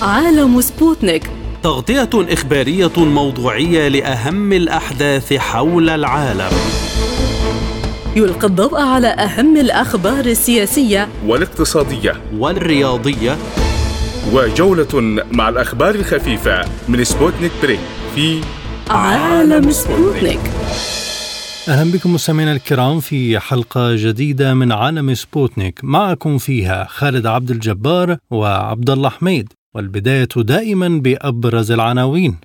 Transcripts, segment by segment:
عالم سبوتنيك، تغطية إخبارية موضوعية لأهم الأحداث حول العالم. يلقي الضوء على أهم الأخبار السياسية والاقتصادية والرياضية، وجولة مع الأخبار الخفيفة من سبوتنيك بريك في عالم سبوتنيك. أهلا بكم مستمعينا الكرام في حلقة جديدة من عالم سبوتنيك، معكم فيها خالد عبد الجبار وعبد الله حميد، والبداية دائما بأبرز العناوين.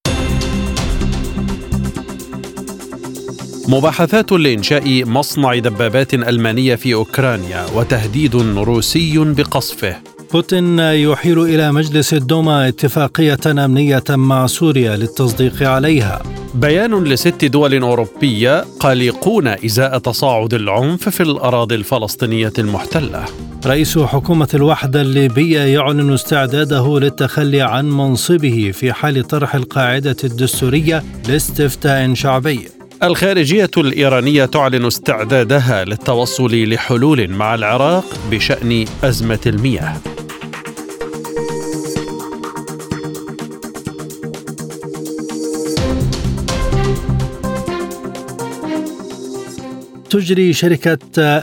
مباحثات لإنشاء مصنع دبابات ألمانية في أوكرانيا وتهديد روسي بقصفه. بوتين يحيل إلى مجلس الدوما اتفاقية أمنية مع سوريا للتصديق عليها. بيان ل6 دول أوروبية قلقون إزاء تصاعد العنف في الأراضي الفلسطينية المحتلة. رئيس حكومة الوحدة الليبية يعلن استعداده للتخلي عن منصبه في حال طرح القاعدة الدستورية لاستفتاء شعبي. الخارجية الإيرانية تعلن استعدادها للتوصل لحلول مع العراق بشأن أزمة المياه. تجري شركة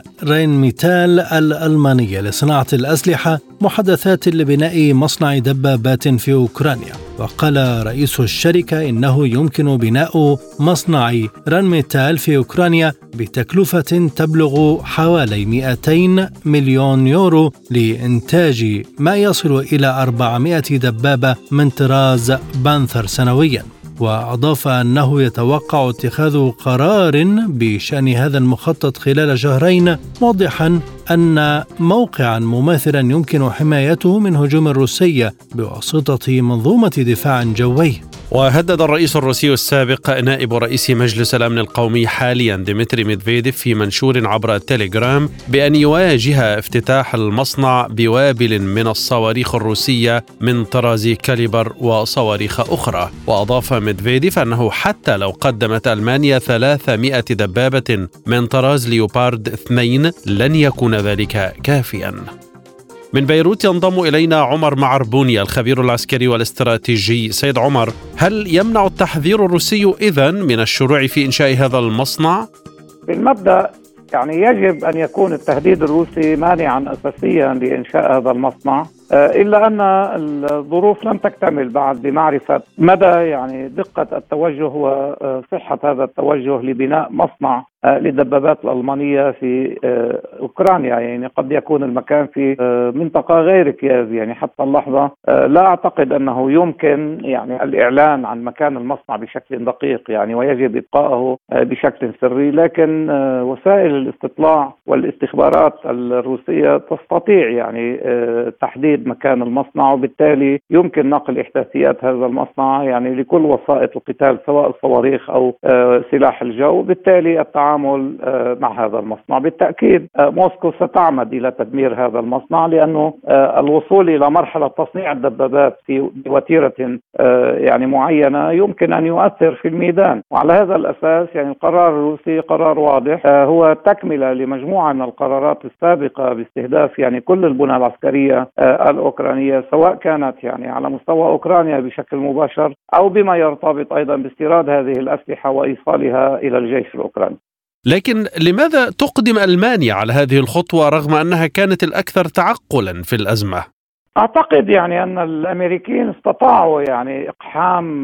رينميتال الألمانية لصناعة الأسلحة محادثات لبناء مصنع دبابات في أوكرانيا، وقال رئيس الشركة إنه يمكن بناء مصنع رينميتال في أوكرانيا بتكلفة تبلغ حوالي 200 مليون يورو لإنتاج ما يصل إلى 400 دبابة من طراز بانثر سنوياً. وأضاف أنه يتوقع اتخاذ قرار بشأن هذا المخطط خلال شهرين، موضحا أن موقعا مماثلا يمكن حمايته من هجوم الروسي بواسطة منظومة دفاع جوي. وهدد الرئيس الروسي السابق نائب رئيس مجلس الأمن القومي حاليا ديمتري ميدفيديف في منشور عبر التليجرام بأن يواجه افتتاح المصنع بوابل من الصواريخ الروسية من طراز كاليبر وصواريخ أخرى. وأضاف ميدفيديف أنه حتى لو قدمت ألمانيا 300 دبابة من طراز ليوبارد 2 لن يكون ذلك كافيا. من بيروت ينضم إلينا عمر معربوني الخبير العسكري والاستراتيجي. سيد عمر، هل يمنع التحذير الروسي إذن من الشروع في إنشاء هذا المصنع؟ بالمبدأ يجب أن يكون التهديد الروسي مانعا أساسيا لإنشاء هذا المصنع، إلا أن الظروف لم تكتمل بعد بمعرفة مدى دقة التوجه وصحة هذا التوجه لبناء مصنع للدبابات الألمانية في أوكرانيا. قد يكون المكان في منطقة غير كييف. حتى اللحظة لا أعتقد أنه يمكن الإعلان عن مكان المصنع بشكل دقيق ويجب إبقائه بشكل سري، لكن وسائل الاستطلاع والاستخبارات الروسية تستطيع تحديد مكان المصنع، وبالتالي يمكن نقل إحداثيات هذا المصنع لكل وسائط القتال سواء الصواريخ أو سلاح الجو. بالتالي التعامل مع هذا المصنع بالتأكيد موسكو ستعمد إلى تدمير هذا المصنع، لأنه الوصول إلى مرحلة تصنيع الدبابات في وتيرة معينة يمكن أن يؤثر في الميدان. وعلى هذا الأساس القرار الروسي قرار واضح، هو تكملة لمجموعة من القرارات السابقة باستهداف كل البنى العسكرية الأوكرانية، سواء كانت على مستوى أوكرانيا بشكل مباشر أو بما يرتبط أيضا باستيراد هذه الأسلحة وإيصالها إلى الجيش الأوكراني. لكن لماذا تقدم ألمانيا على هذه الخطوة رغم أنها كانت الأكثر تعقلا في الأزمة؟ أعتقد أن الأمريكيين استطاعوا إقحام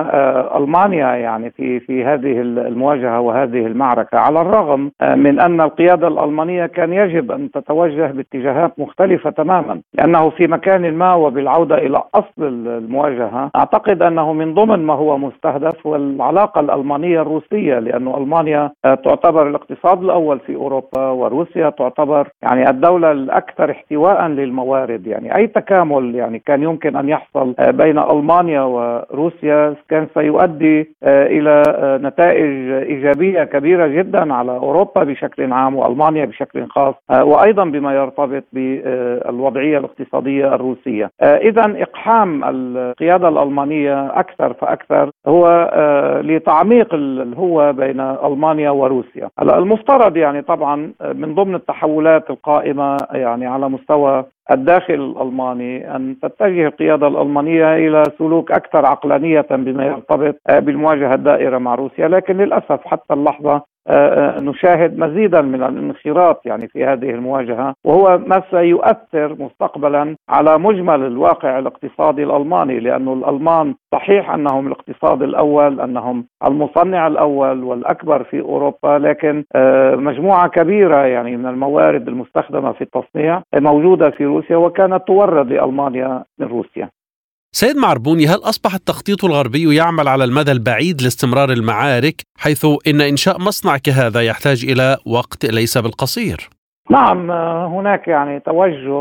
ألمانيا في هذه المواجهة وهذه المعركة، على الرغم من أن القيادة الألمانية كان يجب أن تتوجه باتجاهات مختلفة تماما، لأنه في مكان ما وبالعودة إلى أصل المواجهة أعتقد أنه من ضمن ما هو مستهدف والعلاقة الألمانية الروسية، لأن ألمانيا تعتبر الاقتصاد الأول في أوروبا، وروسيا تعتبر الدولة الأكثر احتواء للموارد. أي تكامل كان يمكن أن يحصل بين ألمانيا وروسيا كان سيؤدي إلى نتائج إيجابية كبيرة جدا على أوروبا بشكل عام وألمانيا بشكل خاص، وأيضا بما يرتبط بالوضعية الاقتصادية الروسية. إذن إقحام القيادة الألمانية أكثر فأكثر هو لتعميق الهوة بين ألمانيا وروسيا. المفترض طبعا من ضمن التحولات القائمة على مستوى الداخل الألماني أن تتجه القيادة الألمانية إلى سلوك أكثر عقلانية بما يرتبط بالمواجهة الدائرة مع روسيا، لكن للأسف حتى اللحظة نشاهد مزيدا من الانخراط يعني في هذه المواجهة، وهو ما سيؤثر مستقبلا على مجمل الواقع الاقتصادي الألماني، لأن الألمان صحيح أنهم الاقتصاد الأول، أنهم المصنع الأول والأكبر في أوروبا، لكن مجموعة كبيرة يعني من الموارد المستخدمة في التصنيع موجودة في روسيا وكانت تورد لألمانيا من روسيا. سيد معربوني، هل أصبح التخطيط الغربي يعمل على المدى البعيد لاستمرار المعارك، حيث إن إنشاء مصنع كهذا يحتاج إلى وقت ليس بالقصير؟ نعم، هناك يعني توجه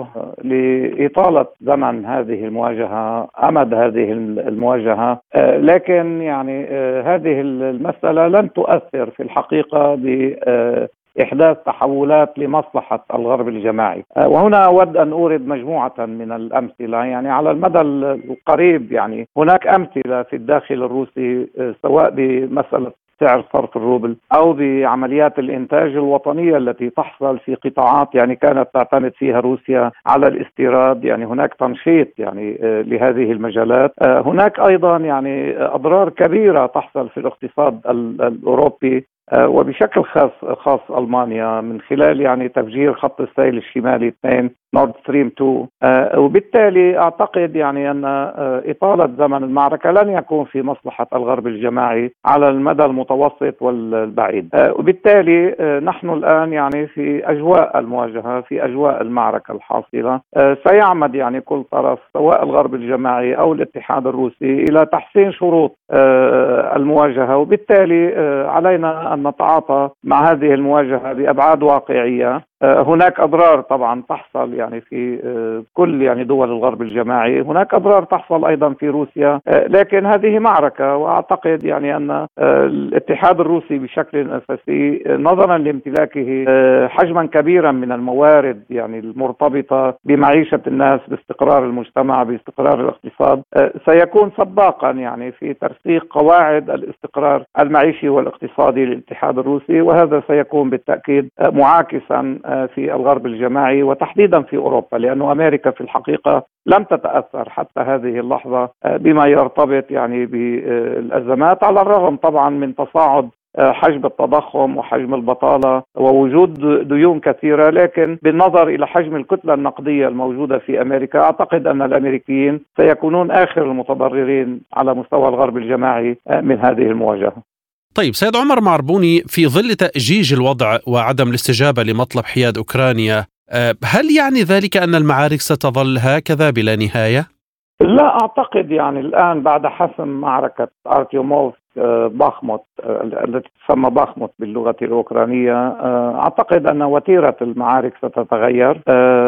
لإطالة زمن هذه المواجهة، أمد هذه المواجهة، لكن يعني هذه المسألة لن تؤثر في الحقيقة إحداث تحولات لمصلحة الغرب الجماعي. وهنا أود أن أورد مجموعة من الأمثلة يعني على المدى القريب. يعني هناك أمثلة في الداخل الروسي سواء بمسألة سعر صرف الروبل أو بعمليات الإنتاج الوطنية التي تحصل في قطاعات يعني كانت تعتمد فيها روسيا على الاستيراد. يعني هناك تنشيط يعني لهذه المجالات. هناك أيضا يعني أضرار كبيرة تحصل في الاقتصاد الأوروبي وبشكل خاص ألمانيا من خلال يعني تفجير خط السيل الشمالي 2 نورد ستريم 2، وبالتالي أعتقد يعني أن إطالة زمن المعركة لن يكون في مصلحة الغرب الجماعي على المدى المتوسط والبعيد. وبالتالي نحن الآن يعني في أجواء المواجهة، في أجواء المعركة الحاصلة. سيعمد يعني كل طرف سواء الغرب الجماعي أو الاتحاد الروسي إلى تحسين شروط المواجهة، وبالتالي علينا أن نتعاطى مع هذه المواجهة بأبعاد واقعية. هناك أضرار طبعا تحصل يعني في كل يعني دول الغرب الجماعي، هناك أضرار تحصل أيضا في روسيا، لكن هذه معركة، وأعتقد يعني أن الاتحاد الروسي بشكل أساسي نظرا لامتلاكه حجما كبيرا من الموارد يعني المرتبطة بمعيشة الناس، باستقرار المجتمع، باستقرار الاقتصاد، سيكون سباقا يعني في ترسيخ قواعد الاستقرار المعيشي والاقتصادي للاتحاد الروسي، وهذا سيكون بالتأكيد معاكسا في الغرب الجماعي وتحديدا في أوروبا، لأن أمريكا في الحقيقة لم تتأثر حتى هذه اللحظة بما يرتبط يعني بالأزمات، على الرغم طبعا من تصاعد حجم التضخم وحجم البطالة ووجود ديون كثيرة، لكن بالنظر إلى حجم الكتلة النقدية الموجودة في أمريكا أعتقد أن الأمريكيين سيكونون آخر المتضررين على مستوى الغرب الجماعي من هذه المواجهة. طيب سيد عمر معربوني، في ظل تأجيج الوضع وعدم الاستجابة لمطلب حياد أوكرانيا، هل يعني ذلك أن المعارك ستظل هكذا بلا نهاية؟ لا أعتقد، يعني الآن بعد حسم معركة أرتيوموف باخموت التي تسمى باخموت باللغة الأوكرانية، أعتقد أن وتيرة المعارك ستتغير،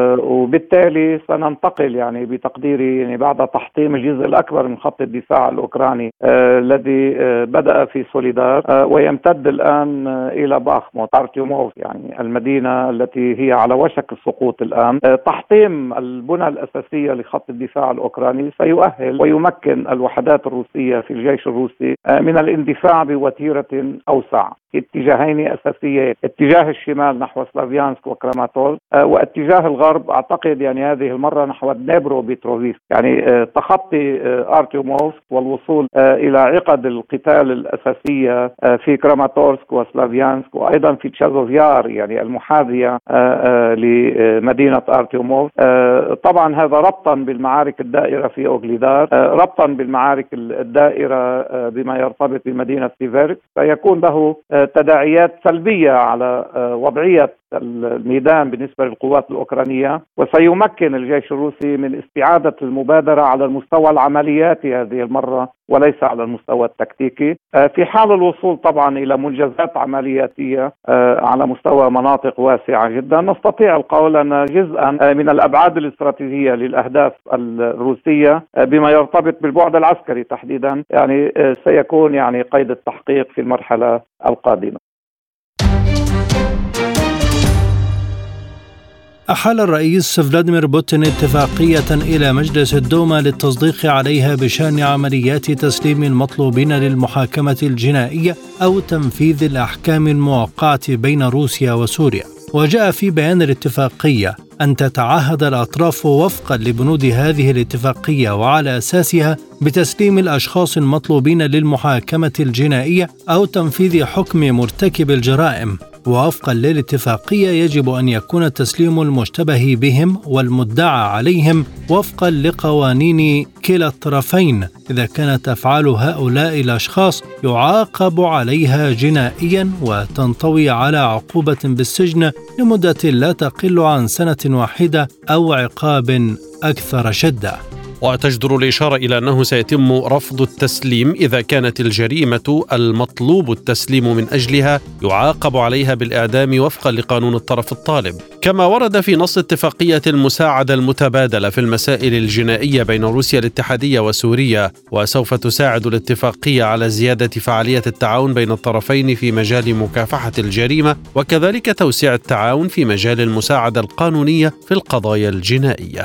وبالتالي سننتقل يعني بتقديري يعني بعد تحطيم الجزء الأكبر من خط الدفاع الأوكراني الذي بدأ في سوليدار ويمتد الآن إلى باخموت أرتيوموف، يعني المدينة التي هي على وشك السقوط الآن. تحطيم البنى الأساسية لخط الدفاع الأوكراني سيؤهل ويمكن الوحدات الروسية في الجيش الروسي من الاندفاع بوتيرة أوسع في اتجاهين أساسيين، اتجاه الشمال نحو سلافيانسك وكراماتورسك، واتجاه الغرب أعتقد يعني هذه المرة نحو دنيبرو بيتروفيسك، يعني تخطي أرتيوموفسك والوصول إلى عقد القتال الأساسية في كراماتورسك وسلافيانسك وأيضا في تشازوفيار يعني المحاذية لمدينة أرتيوموف. طبعا هذا ربطا بالمعارك الدائرة في أوغليدار، ربطا بالمعارك الدائرة بما يرتبط بمدينة سيفيرسك، سيكون له تداعيات سلبية على وضعية الميدان بالنسبة للقوات الأوكرانية، وسيمكن الجيش الروسي من استعادة المبادرة على المستوى العملياتي هذه المرة وليس على المستوى التكتيكي، في حال الوصول طبعا إلى منجزات عملياتية على مستوى مناطق واسعة جدا. نستطيع القول أن جزءا من الأبعاد الاستراتيجية للأهداف الروسية بما يرتبط بالبعد العسكري تحديدا يعني سيكون يعني قيد التحقيق في المرحلة القادمة. أحال الرئيس فلاديمير بوتين اتفاقية إلى مجلس الدوما للتصديق عليها بشأن عمليات تسليم المطلوبين للمحاكمة الجنائية أو تنفيذ الأحكام الموقعة بين روسيا وسوريا. وجاء في بيان الاتفاقية أن تتعهد الأطراف وفقا لبنود هذه الاتفاقية وعلى أساسها بتسليم الأشخاص المطلوبين للمحاكمة الجنائية أو تنفيذ حكم مرتكب الجرائم. ووفقا للاتفاقية يجب أن يكون تسليم المشتبه بهم والمدعى عليهم وفقا لقوانين كلا الطرفين إذا كانت أفعال هؤلاء الأشخاص يعاقب عليها جنائيا وتنطوي على عقوبة بالسجن لمدة لا تقل عن 1 سنة أو عقاب أكثر شدة. وتجدر الإشارة إلى أنه سيتم رفض التسليم إذا كانت الجريمة المطلوب التسليم من أجلها يعاقب عليها بالإعدام وفقا لقانون الطرف الطالب، كما ورد في نص اتفاقية المساعدة المتبادلة في المسائل الجنائية بين روسيا الاتحادية وسوريا، وسوف تساعد الاتفاقية على زيادة فعالية التعاون بين الطرفين في مجال مكافحة الجريمة، وكذلك توسيع التعاون في مجال المساعدة القانونية في القضايا الجنائية.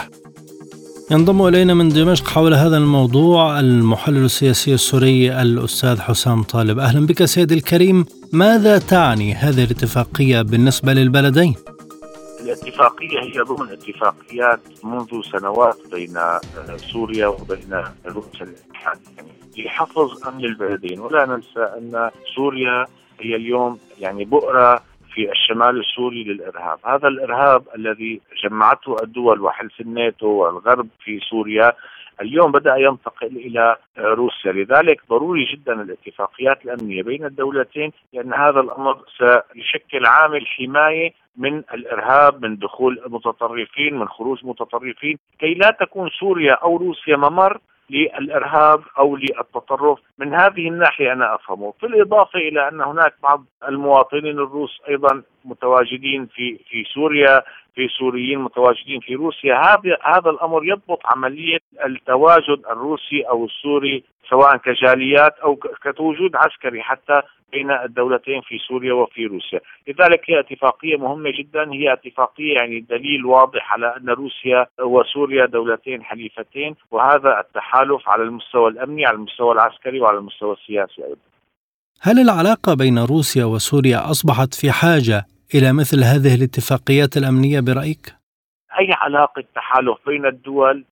ينضم إلينا من دمشق حول هذا الموضوع المحلل السياسي السوري الأستاذ حسام طالب. أهلا بك سيدي الكريم. ماذا تعني هذه الاتفاقية بالنسبة للبلدين؟ الاتفاقية هي ضمن اتفاقيات منذ سنوات بين سوريا وبين روسيا الاتحادية لحفظ أمن البلدين. ولا ننسى أن سوريا هي اليوم بؤرة في الشمال السوري للإرهاب. هذا الإرهاب الذي جمعته الدول وحلف الناتو والغرب في سوريا اليوم بدأ ينتقل إلى روسيا. لذلك ضروري جدا الاتفاقيات الأمنية بين الدولتين، لأن هذا الأمر سيشكل عامل حماية من الإرهاب، من دخول المتطرفين، من خروج متطرفين، كي لا تكون سوريا أو روسيا ممر للإرهاب أو للتطرف. من هذه الناحية أنا أفهمه. في الإضافة إلى أن هناك بعض المواطنين الروس أيضا متواجدين في سوريا، في سوريين متواجدين في روسيا. هذا الأمر يضبط عملية التواجد الروسي أو السوري سواء كجاليات أو كتوجد عسكري حتى بين الدولتين في سوريا وفي روسيا. لذلك هي اتفاقية مهمة جدا، هي اتفاقية دليل واضح على أن روسيا وسوريا دولتين حليفتين، وهذا التحالف على المستوى الأمني، على المستوى العسكري وعلى المستوى السياسي أيضا. هل العلاقة بين روسيا وسوريا أصبحت في حاجة إلى مثل هذه الاتفاقيات الأمنية برأيك؟ أي علاقة تحالف بين الدول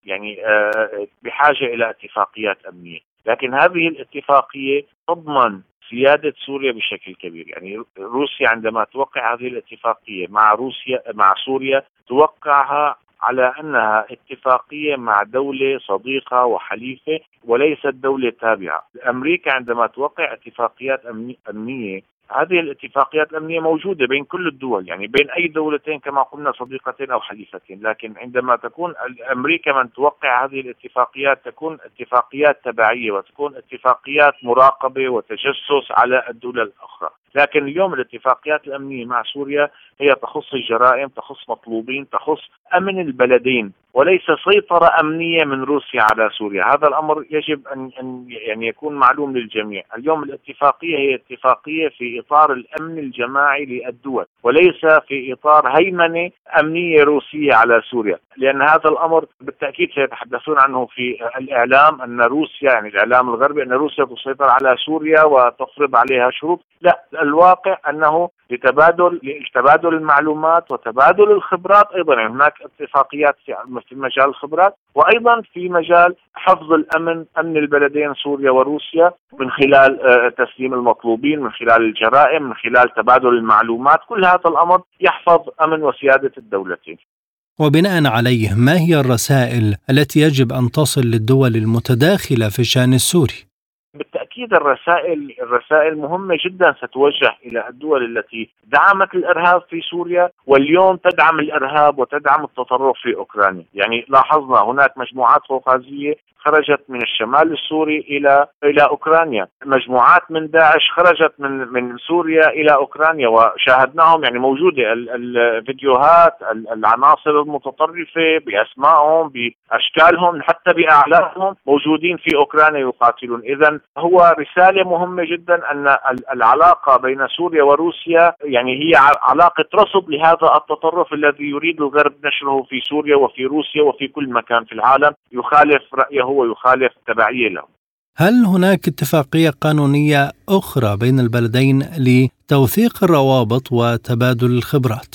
بحاجة إلى اتفاقيات أمنية، لكن هذه الاتفاقية تضمن سيادة سوريا بشكل كبير. روسيا عندما توقع هذه الاتفاقية مع سوريا توقعها على أنها اتفاقية مع دولة صديقة وحليفة وليست دولة تابعة. أمريكا عندما توقع اتفاقيات أمنية، هذه الاتفاقيات الأمنية موجودة بين كل الدول، بين أي دولتين كما قلنا صديقتين أو حليفتين، لكن عندما تكون أمريكا من توقع هذه الاتفاقيات تكون اتفاقيات تبعية وتكون اتفاقيات مراقبة وتجسس على الدول الأخرى. لكن اليوم الاتفاقيات الأمنية مع سوريا هي تخص الجرائم، تخص مطلوبين، تخص أمن البلدين، وليس سيطرة أمنية من روسيا على سوريا. هذا الأمر يجب أن يكون معلوم للجميع. اليوم الاتفاقية هي اتفاقية في إطار الأمن الجماعي للدول، وليس في إطار هيمنة أمنية روسية على سوريا، لأن هذا الأمر بالتأكيد سيتحدثون عنه في الإعلام، أن روسيا الإعلام الغربي أن روسيا تسيطر على سوريا وتفرض عليها شروط. لا، الواقع أنه لتبادل المعلومات وتبادل الخبرات. أيضا هناك اتفاقيات في مجال الخبرات، وأيضا في مجال حفظ أمن البلدين سوريا وروسيا من خلال تسليم المطلوبين، من خلال الجرائم، من خلال تبادل المعلومات. كل هذا الأمر يحفظ أمن وسيادة الدولتين. وبناء عليه ما هي الرسائل التي يجب أن تصل للدول المتداخلة في الشأن السوري؟ بالتأكيد الرسائل مهمة جدا ستوجه إلى الدول التي دعمت الإرهاب في سوريا واليوم تدعم الإرهاب وتدعم التطرف في أوكرانيا. لاحظنا هناك مجموعات فوقازية خرجت من الشمال السوري إلى أوكرانيا، مجموعات من داعش خرجت من سوريا إلى أوكرانيا وشاهدناهم، موجودة الفيديوهات، العناصر المتطرفة بأسمائهم بأشكالهم حتى بأعلامهم موجودين في أوكرانيا يقاتلون. إذن هو رسالة مهمة جدا أن العلاقة بين سوريا وروسيا هي علاقة رصد لهذا التطرف الذي يريد الغرب نشره في سوريا وفي روسيا وفي كل مكان في العالم يخالف رأيه ويخالف تبعية له. هل هناك اتفاقية قانونية أخرى بين البلدين لتوثيق الروابط وتبادل الخبرات؟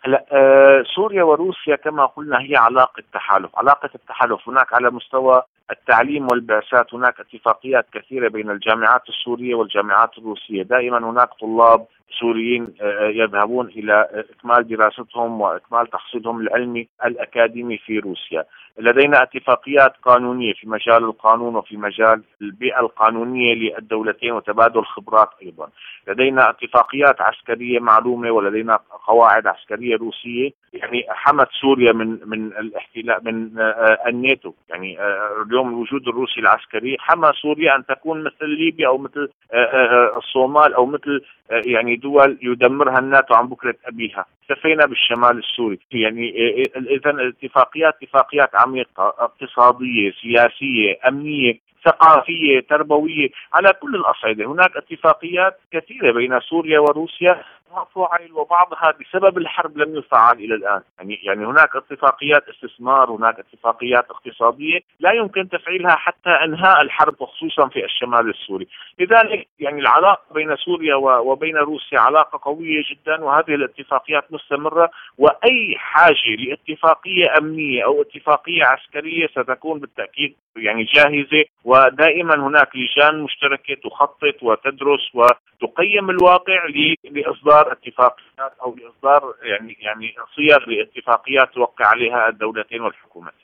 هلا سوريا وروسيا كما قلنا هي علاقة تحالف. علاقة التحالف هناك على مستوى التعليم والبعثات، هناك اتفاقيات كثيرة بين الجامعات السورية والجامعات الروسية. دائما هناك طلاب سوريين يذهبون إلى إكمال دراستهم وإكمال تحصيلهم العلمي الأكاديمي في روسيا. لدينا اتفاقيات قانونية في مجال القانون وفي مجال البيئة القانونية للدولتين وتبادل خبرات أيضا. لدينا اتفاقيات عسكرية معلومة ولدينا قواعد عسكرية روسية يعني حمت سوريا من الاحتلال من الناتو. يعني اليوم الوجود الروسي العسكري حمى سوريا أن تكون مثل ليبيا أو مثل الصومال أو مثل يعني دول يدمرها الناتو عن بكرة أبيها. اكتفينا بالشمال السوري. يعني إذا الاتفاقيات اتفاقيات عميقة اقتصادية سياسية أمنية ثقافية تربوية على كل الأصعدة. هناك اتفاقيات كثيرة بين سوريا وروسيا فعل وبعضها بسبب الحرب لم يفعل إلى الآن. يعني هناك اتفاقيات استثمار، هناك اتفاقيات اقتصادية لا يمكن تفعيلها حتى انهاء الحرب وخصوصا في الشمال السوري. لذلك يعني العلاقة بين سوريا وبين روسيا علاقة قوية جدا، وهذه الاتفاقيات مستمرة، وأي حاجة لاتفاقية أمنية أو اتفاقية عسكرية ستكون بالتأكيد يعني جاهزة، ودائما هناك لجان مشتركة تخطط وتدرس وتقيم الواقع لإصدار اتفاقيات أو لإصدار يعني صيغ لاتفاقيات توقع عليها الدولتين والحكومتين.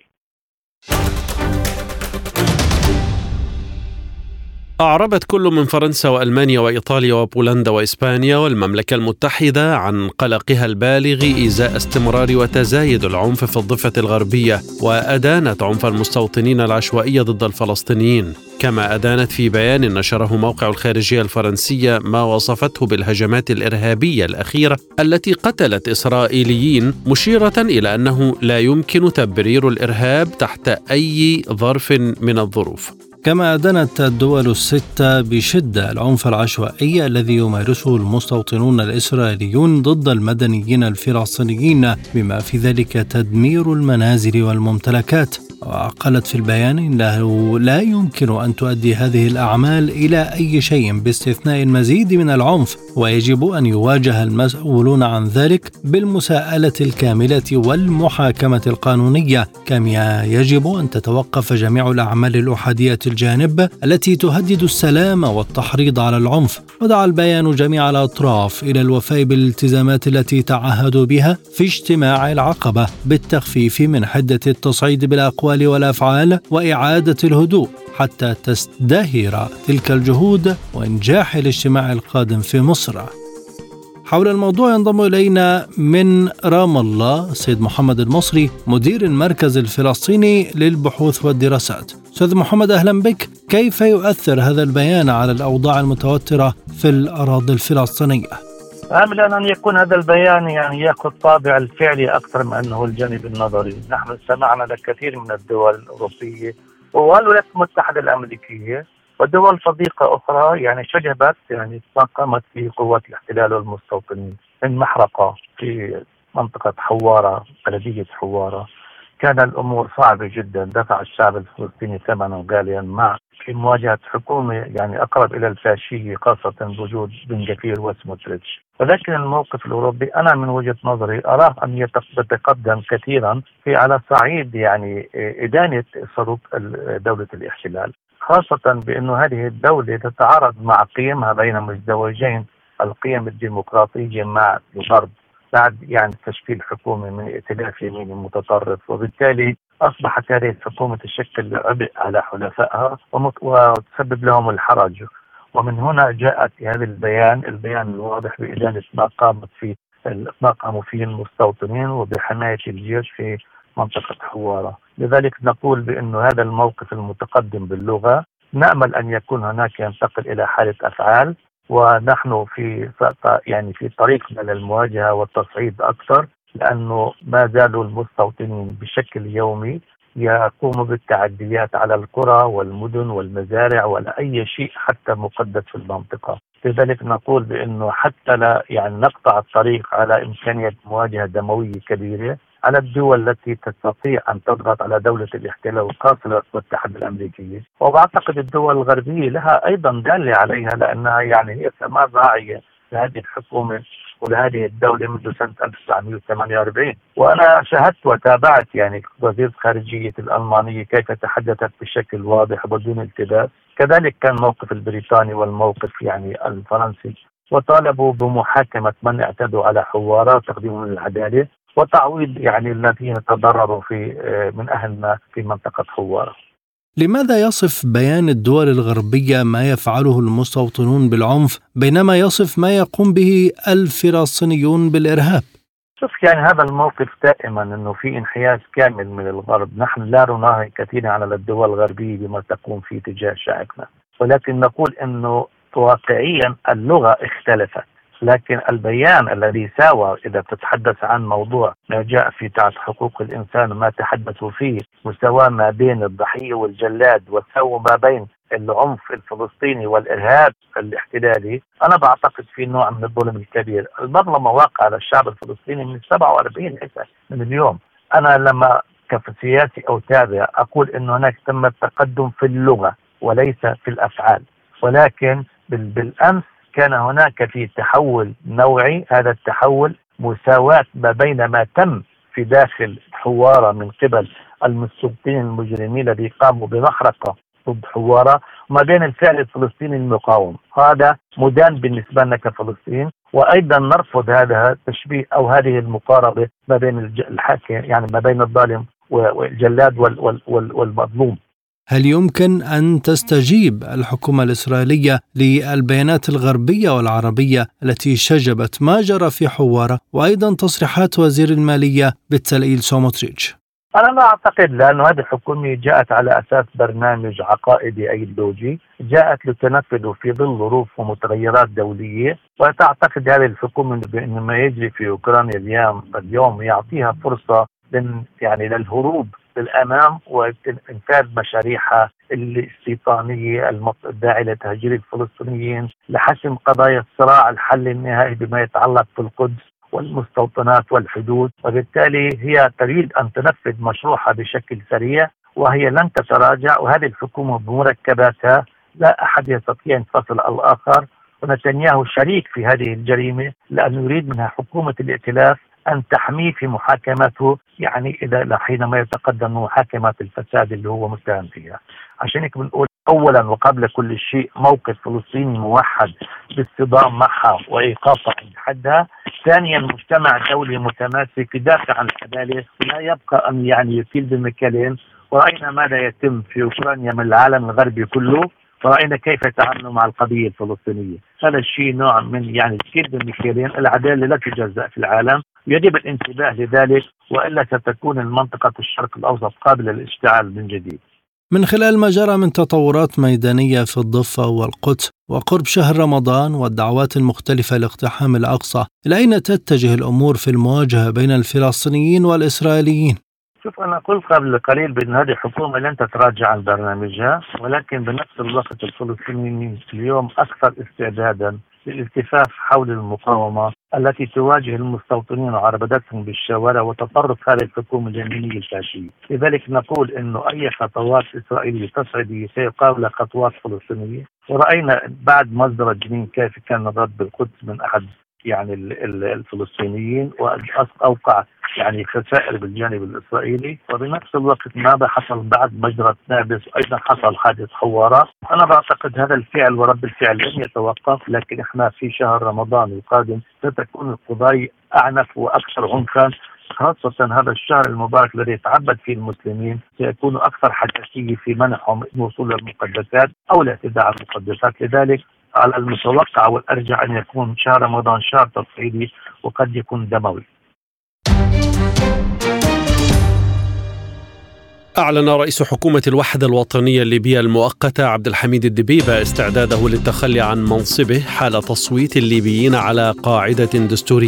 أعربت كل من فرنسا وألمانيا وإيطاليا وبولندا وإسبانيا والمملكة المتحدة عن قلقها البالغ إزاء استمرار وتزايد العنف في الضفة الغربية، وأدانت عنف المستوطنين العشوائي ضد الفلسطينيين. كما أدانت في بيان نشره موقع الخارجية الفرنسية ما وصفته بالهجمات الإرهابية الأخيرة التي قتلت إسرائيليين، مشيرة إلى أنه لا يمكن تبرير الإرهاب تحت أي ظرف من الظروف. كما أدانت الدول الستة بشدة العنف العشوائي الذي يمارسه المستوطنون الإسرائيليون ضد المدنيين الفلسطينيين، بما في ذلك تدمير المنازل والممتلكات. وقالت في البيان إنه لا يمكن أن تؤدي هذه الأعمال إلى أي شيء باستثناء المزيد من العنف، ويجب أن يواجه المسؤولون عن ذلك بالمساءلة الكاملة والمحاكمة القانونية. كما يجب أن تتوقف جميع الأعمال الأحادية الجانب التي تهدد السلام والتحريض على العنف. ودعا البيان جميع الأطراف إلى الوفاء بالالتزامات التي تعهدوا بها في اجتماع العقبة بالتخفيف من حدة التصعيد بالأقوال والأفعال وإعادة الهدوء حتى تزدهر تلك الجهود وإنجاح الاجتماع القادم في مصر. حول الموضوع ينضم إلينا من رام الله السيد محمد المصري، مدير المركز الفلسطيني للبحوث والدراسات. أستاذ محمد أهلا بك. كيف يؤثر هذا البيان على الأوضاع المتوترة في الأراضي الفلسطينية؟ عاملا أن يكون هذا البيان يعني يأخذ طابع الفعلي أكثر من أنه الجانب النظري. نحن سمعنا لكثير من الدول الأوروبية والولايات المتحدة الأمريكية ودول صديقة أخرى يعني شجبت يعني ما قامت به قوات الاحتلال والمستوطنين من محرقة في منطقة حوارة بلدية حوارة. كان الأمور صعبة جدا، دفع الشعب الفلسطيني ثمنا غاليا في مواجهة حكومة يعني أقرب إلى الفاشية، خاصة بوجود بن جفير وسموتريتش. ولكن الموقف الأوروبي أنا من وجهة نظري أراه أن يتقدم كثيرا في على صعيد يعني إدانة صاروخ دولة الاحتلال، خاصة بأنه هذه الدولة تتعارض مع قيمها بين مزدوجين، القيم الديمقراطية مع الغرب بعد يعني تشكيل حكومة من ائتلاف يميني متطرف، وبالتالي أصبحت هذه الحكومة تشكل عبء على حلفائها وتسبب لهم الحرج. ومن هنا جاءت هذا البيان الواضح بإدانة ما قاموا فيه المستوطنين وبحماية الجيش في منطقة حوارة. لذلك نقول بأنه هذا الموقف المتقدم باللغة نأمل أن يكون هناك ينتقل إلى حالة أفعال، ونحن في طريقنا للمواجهة والتصعيد أكثر، لأنه ما زالوا المستوطنين بشكل يومي يقوموا بالتعديات على القرى والمدن والمزارع ولا أي شيء حتى مقدس في المنطقة. لذلك نقول بأنه حتى لا يعني نقطع الطريق على إمكانية مواجهة دموية كبيرة على الدول التي تستطيع أن تضغط على دولة الاحتلال وخاصة الولايات المتحدة الأمريكية. وأعتقد الدول الغربية لها أيضا دالة عليها، لأنها يعني هي كمان راعية لهذه الحكومة لهذه الدولة منذ سنة 1948. وأنا شاهدت وتابعت يعني وزيرة خارجية الألمانية كيف تحدثت بشكل واضح وبدون التباس. كذلك كان موقف البريطاني والموقف يعني الفرنسي، وطالبوا بمحاكمة من اعتدوا على حوارة وتقديمهم للعدالة وتعويض يعني الذين تضرروا من أهلنا في منطقة حوارة. لماذا يصف بيان الدول الغربية ما يفعله المستوطنون بالعنف بينما يصف ما يقوم به الفلسطينيون بالإرهاب؟ شوف يعني هذا الموقف دائما أنه في انحياز كامل من الغرب. نحن لا نراهن كثيرا على الدول الغربية بما تقوم فيه تجاه شعبنا، ولكن نقول أنه واقعيا اللغة اختلفت، لكن البيان الذي ساوى إذا تتحدث عن موضوع ما جاء في تحت حقوق الإنسان وما تحدثوا فيه مساواة ما بين الضحية والجلاد وسووا ما بين العنف الفلسطيني والإرهاب الاحتلالي، أنا بعتقد في نوع من الظلم الكبير. المظلمة واقعة على الشعب الفلسطيني من 47 من اليوم. أنا لما كسياسي أو تابع أقول أن هناك تم التقدم في اللغة وليس في الأفعال، ولكن بالأمس كان هناك في تحول نوعي. هذا التحول مساواة ما بين ما تم في داخل حوارة من قبل المستوطنين المجرمين الذين قاموا بمحرقة ضد حوارة وما بين الفعل الفلسطيني المقاوم. هذا مدان بالنسبة لنا كفلسطين، وأيضا نرفض هذا التشبيه أو هذه المقاربة ما بين الحاكم يعني ما بين الظالم والجلاد والمظلوم. هل يمكن أن تستجيب الحكومة الإسرائيلية للبيانات الغربية والعربية التي شجبت ما جرى في حوارة وأيضا تصريحات وزير المالية بتساليل سموتريتش؟ أنا لا أعتقد، لأن هذه الحكومة جاءت على أساس برنامج عقائدي أيديولوجي، جاءت لتنفذ في ظل ظروف ومتغيرات دولية. وتعتقد هذه الحكومة بأن ما يجري في أوكرانيا اليوم يعطيها فرصة يعني للهروب للأمام وإنفاذ مشاريعها الاستيطانية الداعية لتهجير الفلسطينيين لحسم قضايا الصراع الحل النهائي بما يتعلق بالقدس والمستوطنات والحدود. وبالتالي هي تريد أن تنفذ مشروعها بشكل سريع وهي لن تتراجع. وهذه الحكومة بمركباتها لا أحد يستطيع أن يفصل الآخر، ونتنياهو شريك في هذه الجريمة لأنه يريد منها حكومة الائتلاف أن تحميه في محاكمته، يعني إذا حينما يتقدم محاكمة الفساد اللي هو متهم فيها. عشان هيك بنقول أولا وقبل كل شيء موقف فلسطيني موحد بالصدام معها وإيقافها عند حدها. ثانيا مجتمع دولي متماسك يدافع عن العدالة، لا يبقى أن يعني يكيل بمكيالين. ورأينا ماذا يتم في أوكرانيا من العالم الغربي كله، ورأينا كيف يتعاملوا مع القضية الفلسطينية. هذا الشيء نوع من يعني الكيل بمكيالين. العدالة لا تجزأ في العالم، يجب الانتباه لذلك، وإلا ستكون المنطقة الشرق الأوسط قابلة للاشتعال من جديد. من خلال ما جرى من تطورات ميدانية في الضفة والقدس وقرب شهر رمضان والدعوات المختلفة لاقتحام الأقصى، إلى أين تتجه الأمور في المواجهة بين الفلسطينيين والإسرائيليين؟ شوف أنا قلت قبل قليل بأن هذه الحكومة لن تتراجع عن برنامجها، ولكن بنفس الوقت الفلسطينيين اليوم أكثر استعدادا للالتفاف حول المقاومة التي تواجه المستوطنين وعربدتهم بالشوارع وتطرف هذه الحكومة اليمينية الفاشية. لذلك نقول أنه أي خطوات إسرائيلية تصعيدية سيقابل خطوات فلسطينية. ورأينا بعد مصدر جنين كيف كان الرد بالقدس من أحد يعني الفلسطينيين، وأوقع يعني خسائر بالجانب الإسرائيلي. وبنفس الوقت ماذا حصل بعد مجزرة نابلس؟ أيضا حصل حادث حوارة. أنا بعتقد هذا الفعل ورد الفعل لن يتوقف، لكن إحنا في شهر رمضان القادم ستكون القضايا أعنف وأكثر عنفا، خاصة هذا الشهر المبارك الذي يتعبد فيه المسلمين سيكون أكثر حساسية في منعهم الوصول للمقدسات أو الاعتداء على المقدسات. لذلك على المتوقع والأرجح أن يكون شهر رمضان شهر تصعيدي وقد يكون دموي. أعلن رئيس حكومة الوحدة الوطنية الليبية المؤقتة عبد الحميد الدبيبة استعداده للتخلي عن منصبه حال تصويت الليبيين على قاعدة دستورية.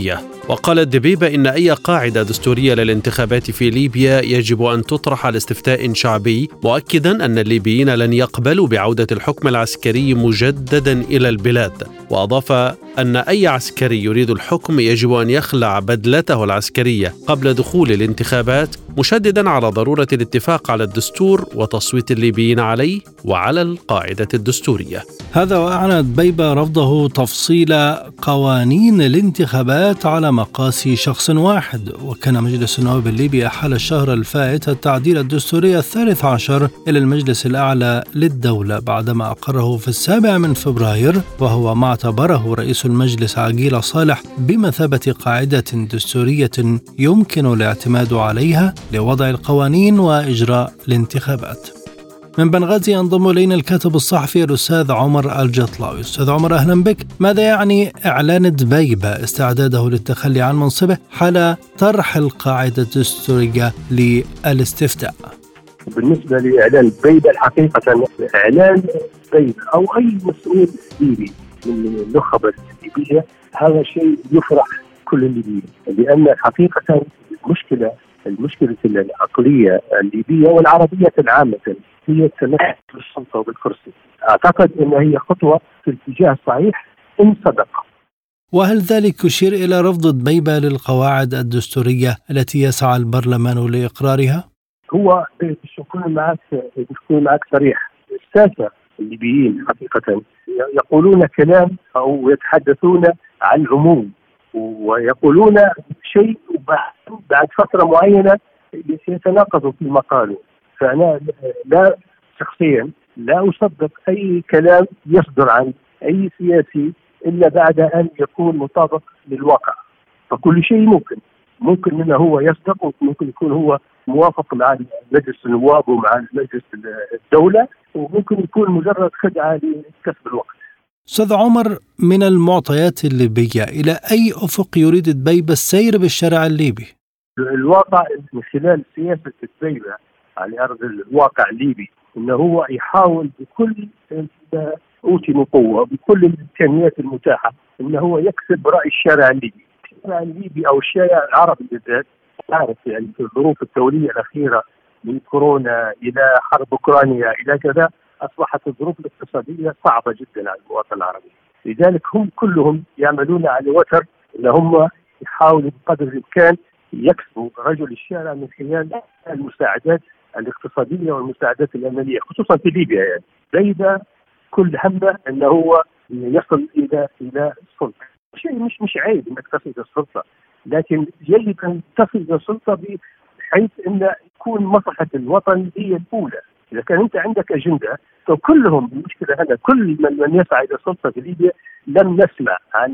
وقال دبيبة إن أي قاعدة دستورية للانتخابات في ليبيا يجب أن تطرح على استفتاء شعبي، مؤكدا أن الليبيين لن يقبلوا بعودة الحكم العسكري مجددا إلى البلاد. وأضاف أن أي عسكري يريد الحكم يجب أن يخلع بدلته العسكرية قبل دخول الانتخابات، مشددا على ضرورة الاتفاق على الدستور وتصويت الليبيين عليه وعلى القاعدة الدستورية. هذا وأعلنت دبيبة رفضه تفصيل قوانين الانتخابات على مقاس شخص واحد. وكان مجلس النواب الليبي أحال الشهر الفائت التعديل الدستوري 13 إلى المجلس الأعلى للدولة بعدما أقره في 7 فبراير، وهو ما اعتبره رئيس المجلس عقيل صالح بمثابة قاعدة دستورية يمكن الاعتماد عليها لوضع القوانين وإجراء الانتخابات. من بنغازي ينضم إلينا الكاتب الصحفي الأستاذ عمر الجطلاوي. أستاذ عمر، أهلا بك. ماذا يعني إعلان دبيبة استعداده للتخلي عن منصبه حال طرح القاعدة الدستورية للاستفتاء؟ بالنسبة لإعلان دبيبة، الحقيقة إعلان دبيبة أو أي مسؤول ليبي من النخبة الليبية هذا شيء يفرح كل الليبيين، لأن حقيقة المشكلة العقلية الليبية والعربية عامة هي التمسك بالسلطة وبالكرسي. أعتقد أن هي خطوة في الاتجاه الصحيح إن صدق. وهل ذلك يشير إلى رفض دبيبة للقواعد الدستورية التي يسعى البرلمان لإقرارها؟ هو يكون معك صريح، الساسة الليبيين حقيقة يقولون كلام أو يتحدثون عن عموم ويقولون شيء بعد فترة معينة يتناقضوا في مقاله. فأنا شخصيا لا أصدق أي كلام يصدر عن أي سياسي إلا بعد أن يكون مطابق للواقع. فكل شيء ممكن أنه هو يصدق، وممكن يكون هو موافق مع مجلس النواب ومع مجلس الدولة، وممكن يكون مجرد خدعة لكسب الوقت. أستاذ عمر، من المعطيات الليبية إلى أي أفق يريد دبيبة السير بالشارع الليبي؟ الواقع من خلال سياسة دبيبة على أرض الواقع الليبي أنه هو يحاول بكل ما أوتي من قوة بكل الإمكانيات المتاحة أنه هو يكسب رأي الشارع الليبي. الشارع الليبي أو الشارع العربي بالذات عارف يعني في الظروف الدولية الأخيرة من كورونا إلى حرب أوكرانيا إلى كذا أصبحت الظروف الاقتصادية صعبة جدا على المواطن العربي. لذلك هم كلهم يعملون على وتر أن هم يحاولوا بقدر الإمكان يكسبوا رجل الشارع من خلال المساعدات الاقتصادية والمساعدات الأمنية خصوصا في ليبيا. يعني دبيبة كل همه أنه هو يصل إلى السلطة. شيء مش عيب أنك تصل إلى السلطة، لكن يجب أن تصل إلى السلطة بحيث أن يكون مصلحة الوطن هي الأولى. إذا كان أنت عندك أجندة فكلهم المشكلة هنا كل من يسعى إلى السلطة في ليبيا لم نسمع عن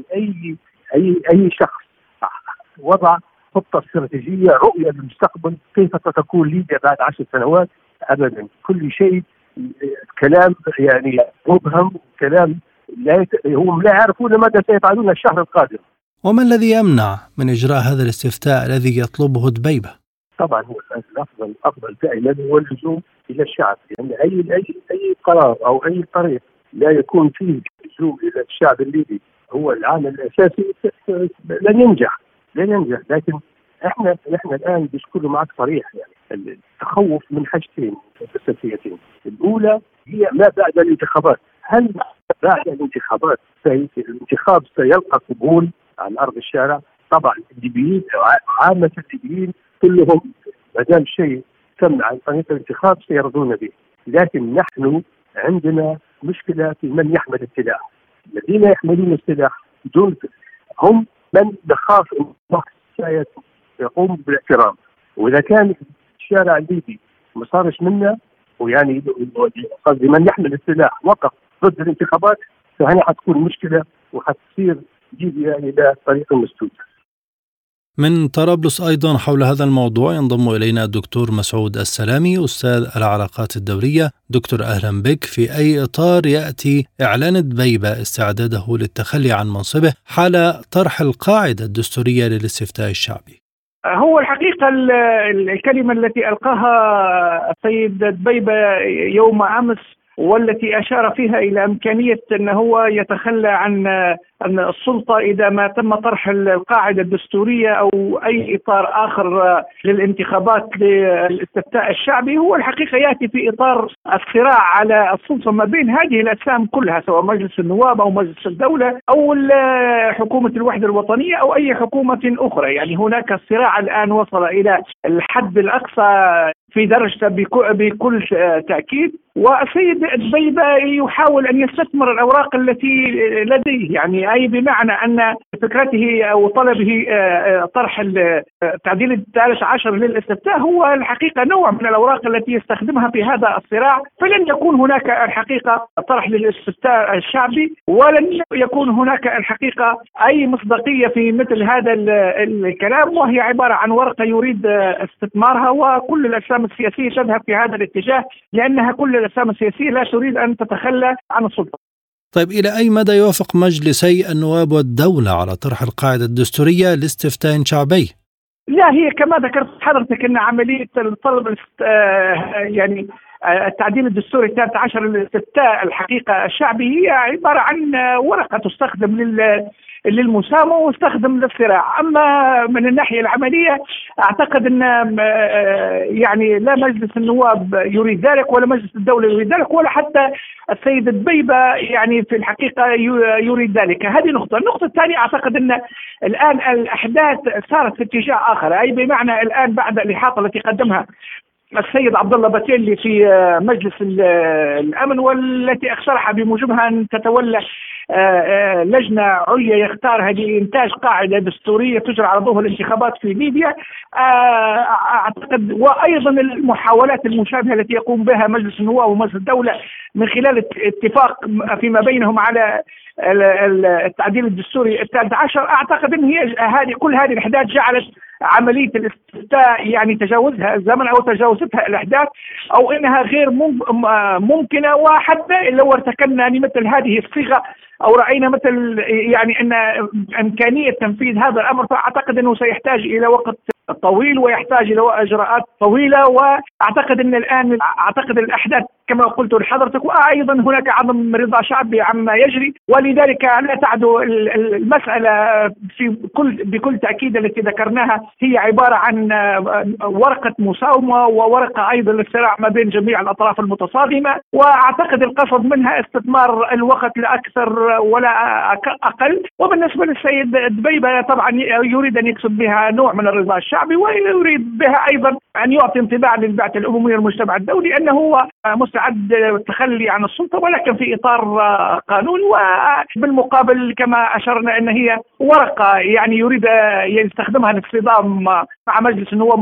أي شخص وضع خطة استراتيجية رؤية للمستقبل كيف ستكون ليبيا بعد 10 سنوات. أبدا، كل شيء كلام يعني مبهم، كلام هم لا يعرفون ماذا سيفعلون الشهر القادم. وما الذي يمنع من إجراء هذا الاستفتاء الذي يطلبه دبيبة؟ طبعا هو الأفضل دائما هو اللجوء إلى الشعب، لأن يعني أي قرار أو أي طريق لا يكون فيه اللجوء إلى الشعب الليبي هو العامل الأساسي لن ينجح. لكن احنا الآن بشكل معك صريح، يعني التخوف من حاجتين أساسيتين. الأولى هي ما بعد الانتخابات. هل بعد الانتخابات الانتخاب سيلقى قبول على أرض الشارع؟ طبعا الليبيين عامة الليبيين كلهم ما دام شيء تم عن طريق الانتخاب سيرضون به. لكن نحن عندنا مشكلة في من يحمل السلاح. الذين يحملون السلاح دول هم من نخاف أن يقوم بالاحترام. وإذا كان الشارع الليبي ما صارش منا ويعني قصدي من يحمل السلاح وقف ضد الانتخابات فهنا حتكون مشكلة وحتصير ليبيا إلى طريق مسدود. من طرابلس أيضا حول هذا الموضوع ينضم إلينا الدكتور مسعود السلامي أستاذ العلاقات الدولية. دكتور أهلا بك. في أي إطار يأتي إعلان دبيبة استعداده للتخلي عن منصبه حال طرح القاعدة الدستورية للاستفتاء الشعبي؟ هو الحقيقة الكلمة التي ألقاها السيد دبيبة يوم أمس والتي أشار فيها إلى إمكانية أنه هو يتخلى عن السلطة إذا ما تم طرح القاعدة الدستورية أو أي إطار آخر للانتخابات للاستفتاء الشعبي. هو الحقيقة يأتي في إطار الصراع على السلطة ما بين هذه الأجسام كلها، سواء مجلس النواب أو مجلس الدولة أو حكومة الوحدة الوطنية أو أي حكومة أخرى. يعني هناك الصراع الآن وصل إلى الحد الأقصى في درجته بكل تأكيد، والسيد دبيبة يحاول أن يستثمر الأوراق التي لديه، يعني أي بمعنى أن فكرته أو طلبه طرح التعديل الثالث عشر للاستفتاء هو الحقيقة نوع من الأوراق التي يستخدمها في هذا الصراع. فلن يكون هناك الحقيقة طرح للاستفتاء الشعبي، ولن يكون هناك الحقيقة أي مصداقية في مثل هذا الكلام، وهي عبارة عن ورقة يريد استثمارها، وكل الأجسام السياسية تذهب في هذا الاتجاه، لأنها كل الأجسام السياسية لا تريد أن تتخلى عن السلطة. طيب إلى أي مدى يوافق مجلسي النواب والدولة على طرح القاعدة الدستورية لاستفتاء شعبي؟ لا، هي كما ذكرت حضرتك أن عملية الطلب يعني التعديل الدستوري 13 للاستفتاء الحقيقة الشعبي هي عبارة عن ورقة تستخدم للمساومة واستخدم للصراع. أما من الناحية العملية أعتقد أن يعني لا مجلس النواب يريد ذلك ولا مجلس الدولة يريد ذلك ولا حتى السيد دبيبة يعني في الحقيقة يريد ذلك. هذه نقطة. النقطة الثانية أعتقد أن الآن الأحداث صارت في اتجاه آخر، أي بمعنى الآن بعد الإحاطة التي قدمها السيد عبد الله باتيلي في مجلس الأمن، والتي اقترح بموجبها أن تتولى لجنة عليا يختارها لإنتاج قاعدة دستورية تجرى على ضوء الانتخابات في ليبيا. أعتقد وأيضا المحاولات المشابهة التي يقوم بها مجلس النواب ومجلس الدولة من خلال اتفاق فيما بينهم على التعديل الدستوري 13. أعتقد أن هي كل هذه الأحداث جعلت عملية الاستفتاء يعني تجاوزها الزمن أو تجاوزتها الأحداث، أو أنها غير ممكنة. وحتى لو ارتكلنا لمثل هذه الصيغة أو رأينا مثل يعني أن إمكانية تنفيذ هذا الأمر، فأعتقد أنه سيحتاج إلى وقت طويل ويحتاج إلى إجراءات طويلة. وأعتقد أن الآن الأحداث كما قلت لحضرتك، وأيضا هناك عدم رضا شعبي عما يجري، ولذلك لا تعدو المسألة بكل تأكيد التي ذكرناها هي عبارة عن ورقة مساومة وورقة أيضا للصراع ما بين جميع الأطراف المتصادمة. وأعتقد القصد منها استثمار الوقت لا أكثر ولا أقل. وبالنسبة للسيد دبيبة طبعا يريد أن يكسب بها نوع من الرضا الشعبي، ويريد بها أيضا أن يعطي انطباع للبعثة الأممية والمجتمع الدولي أنه هو مستعد التخلي عن السلطة ولكن في إطار قانون. وبالمقابل كما أشرنا أن هي ورقة يعني يريد يستخدمها للصدام مع مجلس النواب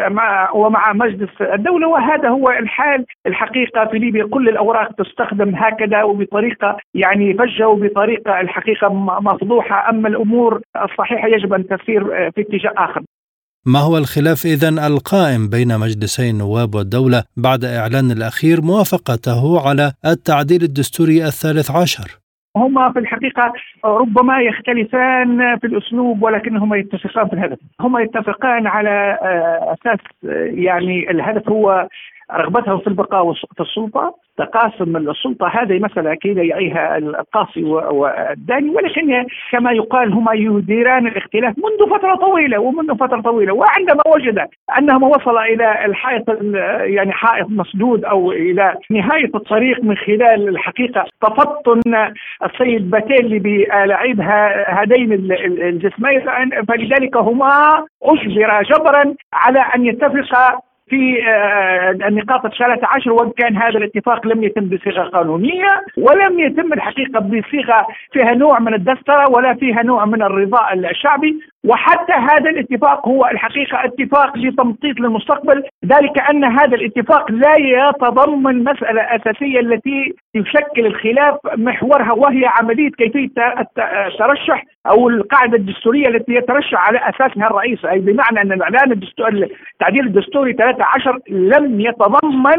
ومع مجلس الدولة. وهذا هو الحال الحقيقة في ليبيا، كل الأوراق تستخدم هكذا وبطريقة يعني فجة وبطريقة الحقيقة مفضوحة. أما الأمور الصحيحة يجب أن تسير في اتجاه آخر. ما هو الخلاف إذن القائم بين مجلسي النواب والدولة بعد إعلان الأخير موافقته على التعديل الدستوري 13؟ هما في الحقيقة ربما يختلفان في الأسلوب ولكنهما يتفقان في الهدف. هما يتفقان على أساس يعني الهدف هو رغبتهم في البقاء في السلطة، تقاسم السلطة. هذه مسألة أكيد يعيها القاصي والداني، ولكن كما يقال هما يديران الاختلاف منذ فترة طويلة. وعندما وجد أنهما وصل إلى الحائط يعني حائط مسدود أو إلى نهاية الطريق من خلال الحقيقة تفطن السيد باتيلي بلاعب هذين الجسمين، فلذلك هما أجبر جبرا على أن يتفقا في النقاط 13. وإن كان هذا الاتفاق لم يتم بصيغة قانونية ولم يتم الحقيقة بصيغة فيها نوع من الدسترة ولا فيها نوع من الرضاء الشعبي. وحتى هذا الاتفاق هو الحقيقة اتفاق لتمطيط للمستقبل، ذلك أن هذا الاتفاق لا يتضمن مسألة أساسية التي يشكل الخلاف محورها، وهي عملية كيفية الترشح أو القاعدة الدستورية التي يترشح على أساسها الرئيس. أي بمعنى أن الإعلان التعديل الدستوري 13 لم يتضمن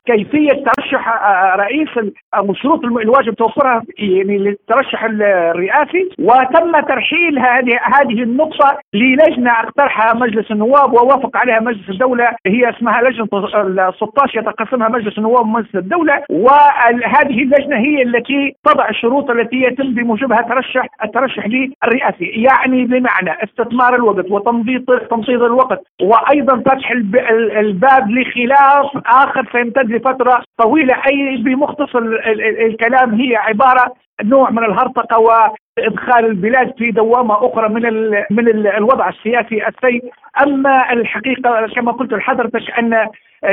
كيفية ترشح رئيس أو شروط الواجب توفرها يعني للترشح الرئاسي، وتم ترحيل هذه النقطة للجنة اقترحها مجلس النواب ووافق عليها مجلس الدولة، هي اسمها لجنة 16 يتقسمها مجلس النواب ومجلس الدولة، وهذه اللجنة هي التي تضع الشروط التي يتم بموجبها الترشح للرئاسي، يعني بمعنى استثمار الوقت وتمضيط الوقت، وأيضا فتح الباب لخلاف آخر سيمتد لفترة طويلة. أي بمختصر الكلام هي عبارة نوع من الهرطقة وإدخال البلاد في دوامة أخرى من الوضع السياسي السيء. أما الحقيقة كما قلت لحضرتك أن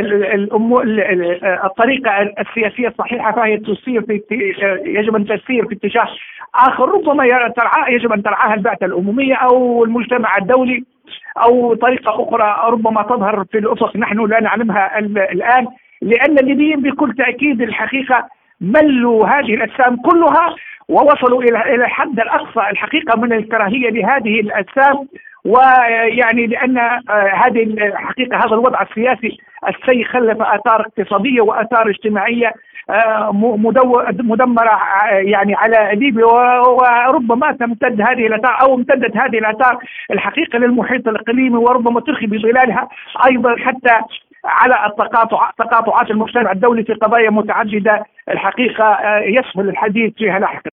الطريقة السياسية الصحيحة فهي يجب أن تسير في اتجاه آخر، ربما يجب أن ترعاها البعثة الأممية أو المجتمع الدولي أو طريقة أخرى ربما تظهر في الأفق نحن لا نعلمها الآن، لأن الليبيين بكل تأكيد الحقيقة ملوا هذه الأجسام كلها ووصلوا إلى الحد الأقصى الحقيقة من الكراهية لهذه الأجسام. ويعني لأن هذه الحقيقة هذا الوضع السياسي السيء خلف آثار اقتصادية وآثار اجتماعية مدمرة يعني على ليبيا، وربما تمتد هذه الآثار أو امتدت هذه الآثار الحقيقة للمحيط الإقليمي، وربما ترخي بظلالها أيضا حتى على تقاطعات المجتمع الدولي في قضايا متعددة الحقيقة يسهل الحديث فيها لاحقا.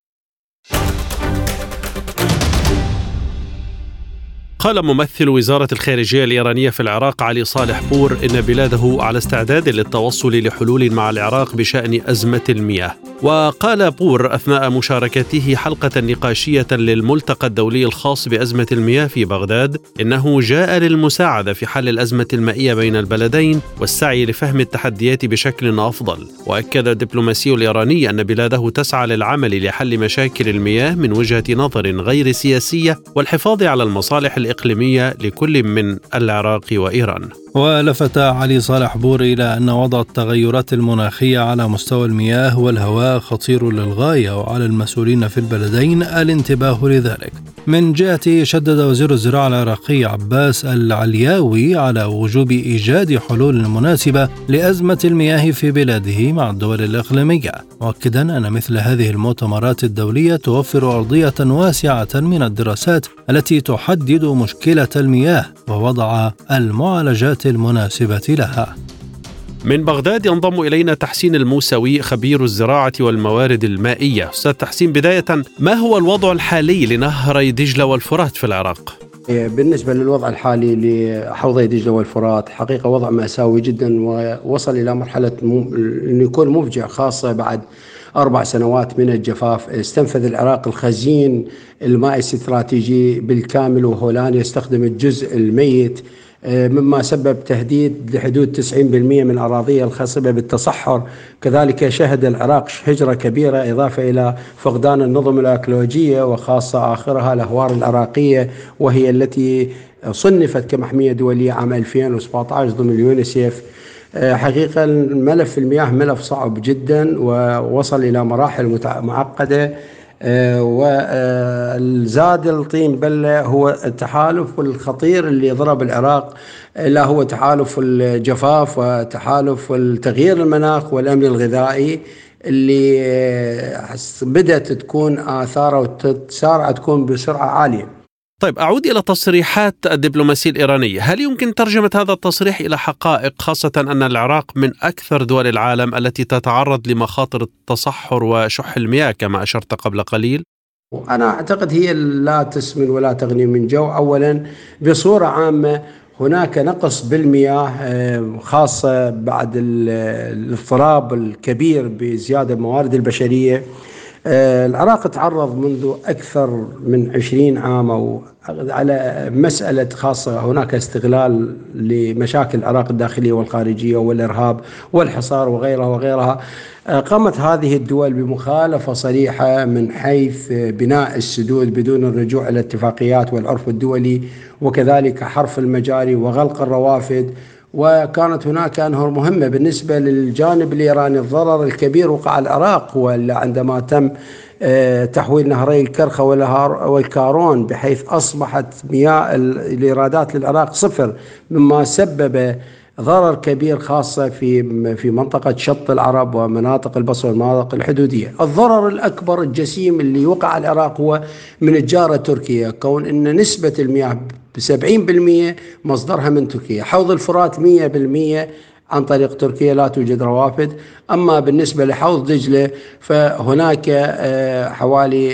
قال ممثل وزارة الخارجية الإيرانية في العراق علي صالح بور إن بلاده على استعداد للتوصل لحلول مع العراق بشأن أزمة المياه. وقال بور أثناء مشاركته حلقة نقاشية للملتقى الدولي الخاص بأزمة المياه في بغداد إنه جاء للمساعدة في حل الأزمة المائية بين البلدين والسعي لفهم التحديات بشكل أفضل. وأكد الدبلوماسي الإيراني أن بلاده تسعى للعمل لحل مشاكل المياه من وجهة نظر غير سياسية والحفاظ على المصالح الإقليمية لكل من العراق وإيران. ولفت علي صالح بور إلى أن وضع التغيرات المناخية على مستوى المياه والهواء خطير للغاية، وعلى المسؤولين في البلدين الانتباه لذلك. من جهته شدد وزير الزراعة العراقي عباس العلياوي على وجوب إيجاد حلول مناسبة لأزمة المياه في بلاده مع الدول الإقليمية، مؤكدا أن مثل هذه المؤتمرات الدولية توفر أرضية واسعة من الدراسات التي تحدد مشكلة المياه ووضع المعالجات المناسبة لها. من بغداد ينضم إلينا تحسين الموسوي خبير الزراعة والموارد المائية. أستاذ تحسين، بداية ما هو الوضع الحالي لنهري دجلة والفرات في العراق؟ بالنسبة للوضع الحالي لحوضي دجلة والفرات حقيقة وضع مأساوي جدا، ووصل إلى مرحلة أن يكون مفجع، خاصة بعد 4 سنوات من الجفاف. استنفذ العراق الخزين المائي الاستراتيجي بالكامل، وهو الآن يستخدم الجزء الميت، مما سبب تهديد لحدود 90% من أراضيه الخصبة بالتصحر. كذلك شهد العراق هجرة كبيرة، إضافة إلى فقدان النظم الأكولوجية، وخاصة آخرها الأهوار العراقية، وهي التي صنفت كمحمية دولية عام 2017 ضمن اليونيسيف. حقيقة الملف المياه ملف صعب جدا ووصل إلى مراحل معقدة، وزاد الطين بلة هو التحالف الخطير اللي ضرب العراق، لا هو تحالف الجفاف وتحالف التغيير المناخ والأمن الغذائي اللي بدأت تكون آثاره وتسارع تكون بسرعة عالية. طيب، أعود إلى تصريحات الدبلوماسي الإيراني. هل يمكن ترجمة هذا التصريح إلى حقائق، خاصة أن العراق من أكثر دول العالم التي تتعرض لمخاطر التصحر وشح المياه كما أشرت قبل قليل؟ أنا أعتقد هي لا تسمن ولا تغني من جو. أولا بصورة عامة هناك نقص بالمياه، خاصة بعد الاضطراب الكبير بزيادة الموارد البشرية. العراق تعرض منذ أكثر من 20 عام على مسألة خاصة، هناك استغلال لمشاكل العراق الداخلية والخارجية والإرهاب والحصار وغيرها. قامت هذه الدول بمخالفة صريحة من حيث بناء السدود بدون الرجوع إلى الاتفاقيات والعرف الدولي، وكذلك حرف المجاري وغلق الروافد. وكانت هناك أنهر مهمة بالنسبة للجانب الإيراني. الضرر الكبير وقع على العراق عندما تم تحويل نهري الكرخة والكارون، بحيث أصبحت مياه الإيرادات للعراق 0، مما سبب ضرر كبير خاصة في منطقة شط العرب ومناطق البصرة والمناطق الحدودية. الضرر الأكبر الجسيم اللي وقع على العراق هو من الجارة تركيا، كون أن نسبة المياه 70% مصدرها من تركيا. حوض الفرات 100% عن طريق تركيا، لا توجد روافد. أما بالنسبة لحوض دجلة فهناك حوالي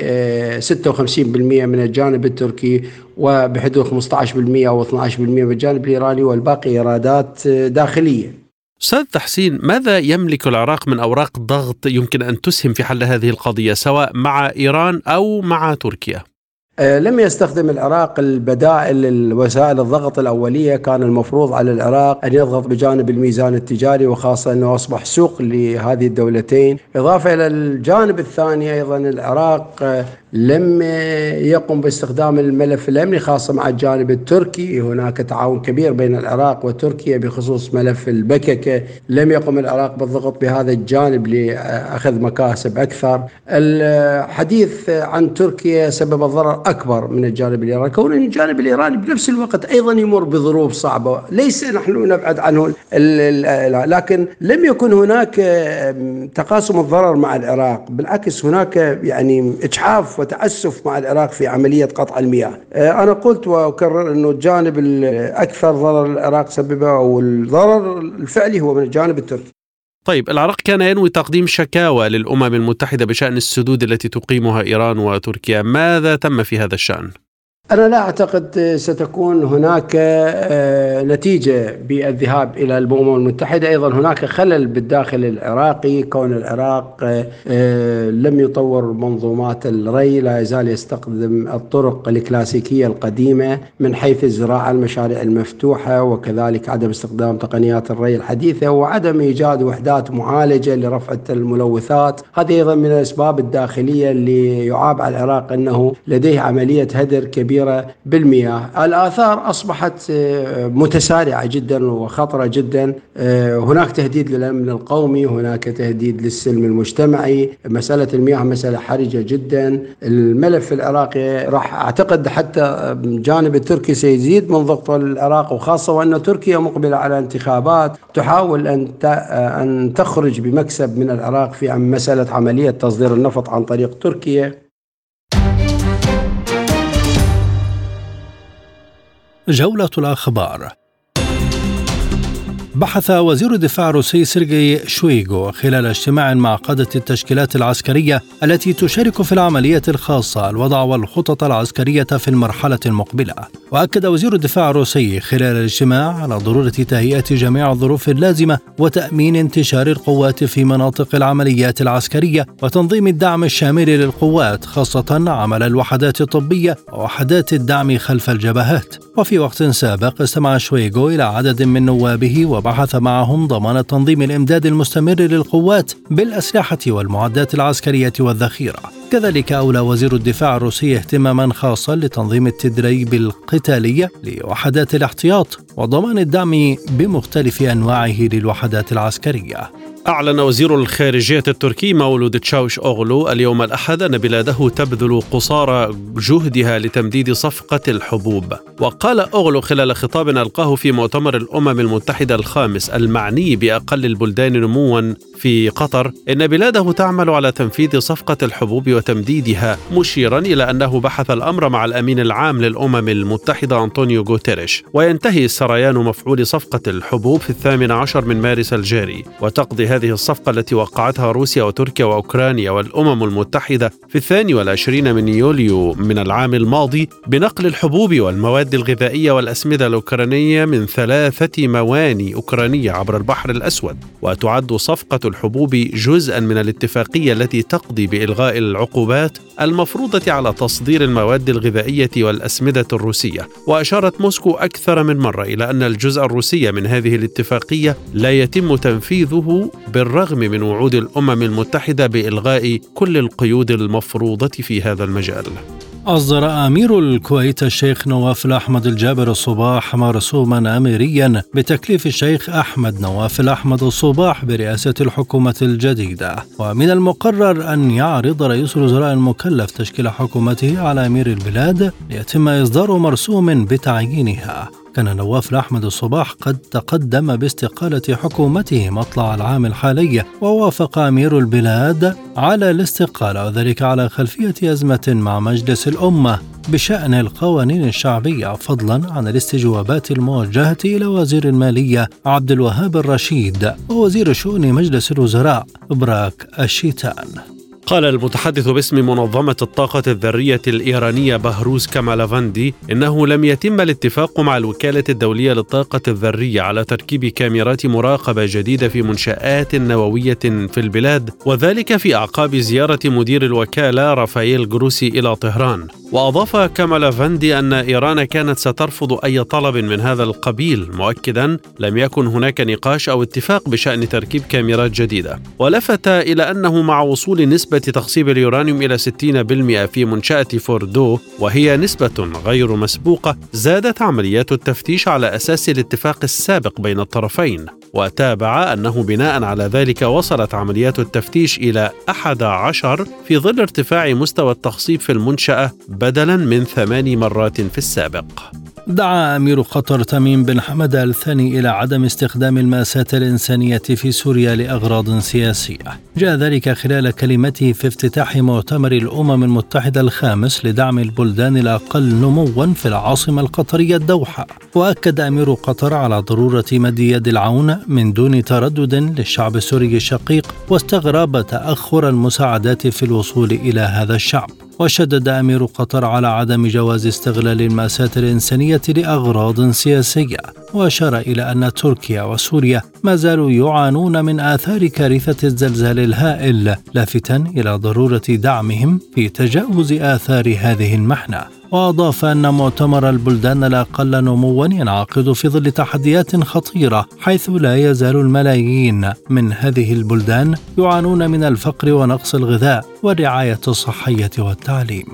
56% من الجانب التركي، وبحدود 15% أو 12% من الجانب الإيراني، والباقي إيرادات داخلية. أستاذ تحسين، ماذا يملك العراق من أوراق ضغط يمكن أن تسهم في حل هذه القضية سواء مع إيران أو مع تركيا؟ لم يستخدم العراق البدائل الوسائل الضغط الأولية. كان المفروض على العراق أن يضغط بجانب الميزان التجاري، وخاصة أنه أصبح سوق لهذه الدولتين. إضافة إلى الجانب الثاني أيضا العراق لم يقم باستخدام الملف الأمني خاصة مع الجانب التركي. هناك تعاون كبير بين العراق وتركيا بخصوص ملف البككة. لم يقم العراق بالضغط بهذا الجانب لأخذ مكاسب أكثر. الحديث عن تركيا سبب ضرر أكبر من الجانب الإيراني، كون الجانب الإيراني بنفس الوقت أيضا يمر بظروف صعبة، ليس نحن نبعد عنه، لكن لم يكن هناك تقاسم الضرر مع العراق. بالعكس هناك يعني إجحاف وتأسف مع العراق في عملية قطع المياه. أنا قلت وأكرر أنه الجانب الأكثر ضرر العراق سببه أو الضرر الفعلي هو من الجانب التركي. طيب، العراق كان ينوي تقديم شكاوى للأمم المتحدة بشأن السدود التي تقيمها إيران وتركيا، ماذا تم في هذا الشأن؟ أنا لا أعتقد ستكون هناك نتيجة بالذهاب إلى الأمم المتحدة. أيضا هناك خلل بالداخل العراقي، كون العراق لم يطور منظومات الري، لا يزال يستخدم الطرق الكلاسيكية القديمة من حيث الزراعة، المشاريع المفتوحة، وكذلك عدم استخدام تقنيات الري الحديثة، وعدم إيجاد وحدات معالجة لرفع الملوثات. هذه أيضا من الأسباب الداخلية اللي يعاب على العراق أنه لديه عملية هدر كبيرة بالمياه. الآثار أصبحت متسارعة جدا وخطرة جدا. هناك تهديد للأمن القومي، هناك تهديد للسلم المجتمعي. مسألة المياه مسألة حرجة جدا. الملف العراقي راح أعتقد حتى الجانب التركي سيزيد من ضغط العراق، وخاصة وأن تركيا مقبلة على انتخابات تحاول أن تخرج بمكسب من العراق في مسألة عملية تصدير النفط عن طريق تركيا. جولة الأخبار. بحث وزير الدفاع الروسي سيرجي شويغو خلال اجتماع مع قادة التشكيلات العسكرية التي تشارك في العملية الخاصة الوضع والخطط العسكرية في المرحلة المقبلة. وأكد وزير الدفاع الروسي خلال الاجتماع على ضرورة تهيئة جميع الظروف اللازمة وتأمين انتشار القوات في مناطق العمليات العسكرية وتنظيم الدعم الشامل للقوات، خاصة عمل الوحدات الطبية ووحدات الدعم خلف الجبهات. وفي وقت سابق استمع شويغو إلى عدد من نوابه وبحث معهم ضمان تنظيم الإمداد المستمر للقوات بالأسلحة والمعدات العسكرية والذخيرة. كذلك أولى وزير الدفاع الروسي اهتماما خاصا لتنظيم التدريب القتالي لوحدات الاحتياط وضمان الدعم بمختلف أنواعه للوحدات العسكرية. أعلن وزير الخارجية التركي مولود تشاوش أوغلو اليوم الأحد أن بلاده تبذل قصارى جهدها لتمديد صفقة الحبوب. وقال أوغلو خلال خطاب ألقاه في مؤتمر الأمم المتحدة الخامس المعني بأقل البلدان نموا في قطر إن بلاده تعمل على تنفيذ صفقة الحبوب وتمديدها، مشيرا إلى أنه بحث الأمر مع الأمين العام للأمم المتحدة أنطونيو غوتيريش. وينتهي سريان مفعول صفقة الحبوب في 18 من مارس الجاري، وتقضي هذه الصفقة التي وقعتها روسيا وتركيا وأوكرانيا والأمم المتحدة في 22 من يوليو من العام الماضي بنقل الحبوب والمواد الغذائية والأسمدة الأوكرانية من 3 مواني أوكرانية عبر البحر الأسود. وتعد صفقة الحبوب جزءا من الاتفاقية التي تقضي بإلغاء العقوبات المفروضة على تصدير المواد الغذائية والأسمدة الروسية. وأشارت موسكو أكثر من مرة إلى أن الجزء الروسي من هذه الاتفاقية لا يتم تنفيذه بالرغم من وعود الأمم المتحدة بإلغاء كل القيود المفروضة في هذا المجال. أصدر أمير الكويت الشيخ نواف الأحمد الجابر الصباح مرسوما أميريا بتكليف الشيخ أحمد نواف الأحمد الصباح برئاسة الحكومة الجديدة. ومن المقرر أن يعرض رئيس الوزراء المكلف تشكيل حكومته على أمير البلاد ليتم إصدار مرسوم بتعيينها. كان نواف أحمد الصباح قد تقدم باستقالة حكومته مطلع العام الحالي، ووافق أمير البلاد على الاستقالة، وذلك على خلفية أزمة مع مجلس الأمة بشأن القوانين الشعبية، فضلا عن الاستجوابات الموجهة إلى وزير المالية عبد الوهاب الرشيد ووزير شؤون مجلس الوزراء براك الشيتان. قال المتحدث باسم منظمة الطاقة الذرية الإيرانية بهروز كمالافندي إنه لم يتم الاتفاق مع الوكالة الدولية للطاقة الذرية على تركيب كاميرات مراقبة جديدة في منشآت نووية في البلاد، وذلك في أعقاب زيارة مدير الوكالة رافائيل جروسي إلى طهران. وأضاف كمالافندي أن إيران كانت سترفض أي طلب من هذا القبيل، مؤكدا لم يكن هناك نقاش أو اتفاق بشأن تركيب كاميرات جديدة. ولفت إلى أنه مع وصول نسبة تخصيب اليورانيوم إلى 60% في منشأة فوردو، وهي نسبة غير مسبوقة، زادت عمليات التفتيش على أساس الاتفاق السابق بين الطرفين. وتابع أنه بناء على ذلك وصلت عمليات التفتيش إلى 11 في ظل ارتفاع مستوى التخصيب في المنشأة بدلا من 8 مرات في السابق. دعا أمير قطر تميم بن حمد الثاني إلى عدم استخدام المأساة الإنسانية في سوريا لأغراض سياسية. جاء ذلك خلال كلمته في افتتاح مؤتمر الأمم المتحدة الخامس لدعم البلدان الأقل نموا في العاصمة القطرية الدوحة. وأكد أمير قطر على ضرورة مد يد العون من دون تردد للشعب السوري الشقيق، واستغرب تأخر المساعدات في الوصول إلى هذا الشعب. وشدد أمير قطر على عدم جواز استغلال المأساة الإنسانية لأغراض سياسية، وأشار إلى أن تركيا وسوريا ما زالوا يعانون من آثار كارثة الزلزال الهائل، لافتا إلى ضرورة دعمهم في تجاوز آثار هذه المحنة. وأضاف أن مؤتمر البلدان الأقل نموا ينعقد في ظل تحديات خطيرة، حيث لا يزال الملايين من هذه البلدان يعانون من الفقر ونقص الغذاء والرعاية الصحية والتعليم.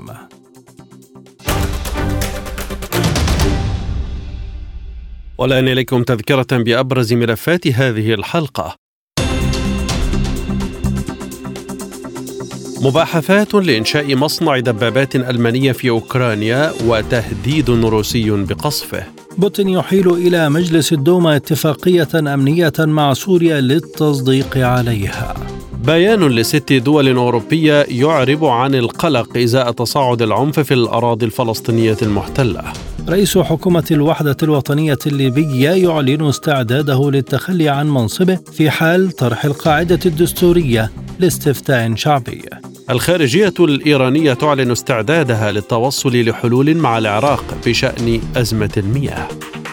والآن إليكم تذكرة بأبرز ملفات هذه الحلقة. مباحثات لإنشاء مصنع دبابات ألمانية في أوكرانيا وتهديد روسي بقصفه. بوتين يحيل إلى مجلس الدوما اتفاقية أمنية مع سوريا للتصديق عليها. بيان ل6 دول أوروبية يعرب عن القلق إزاء تصاعد العنف في الأراضي الفلسطينية المحتلة. رئيس حكومة الوحدة الوطنية الليبية يعلن استعداده للتخلي عن منصبه في حال طرح القاعدة الدستورية لاستفتاء شعبي. الخارجية الإيرانية تعلن استعدادها للتوصل لحلول مع العراق بشأن أزمة المياه.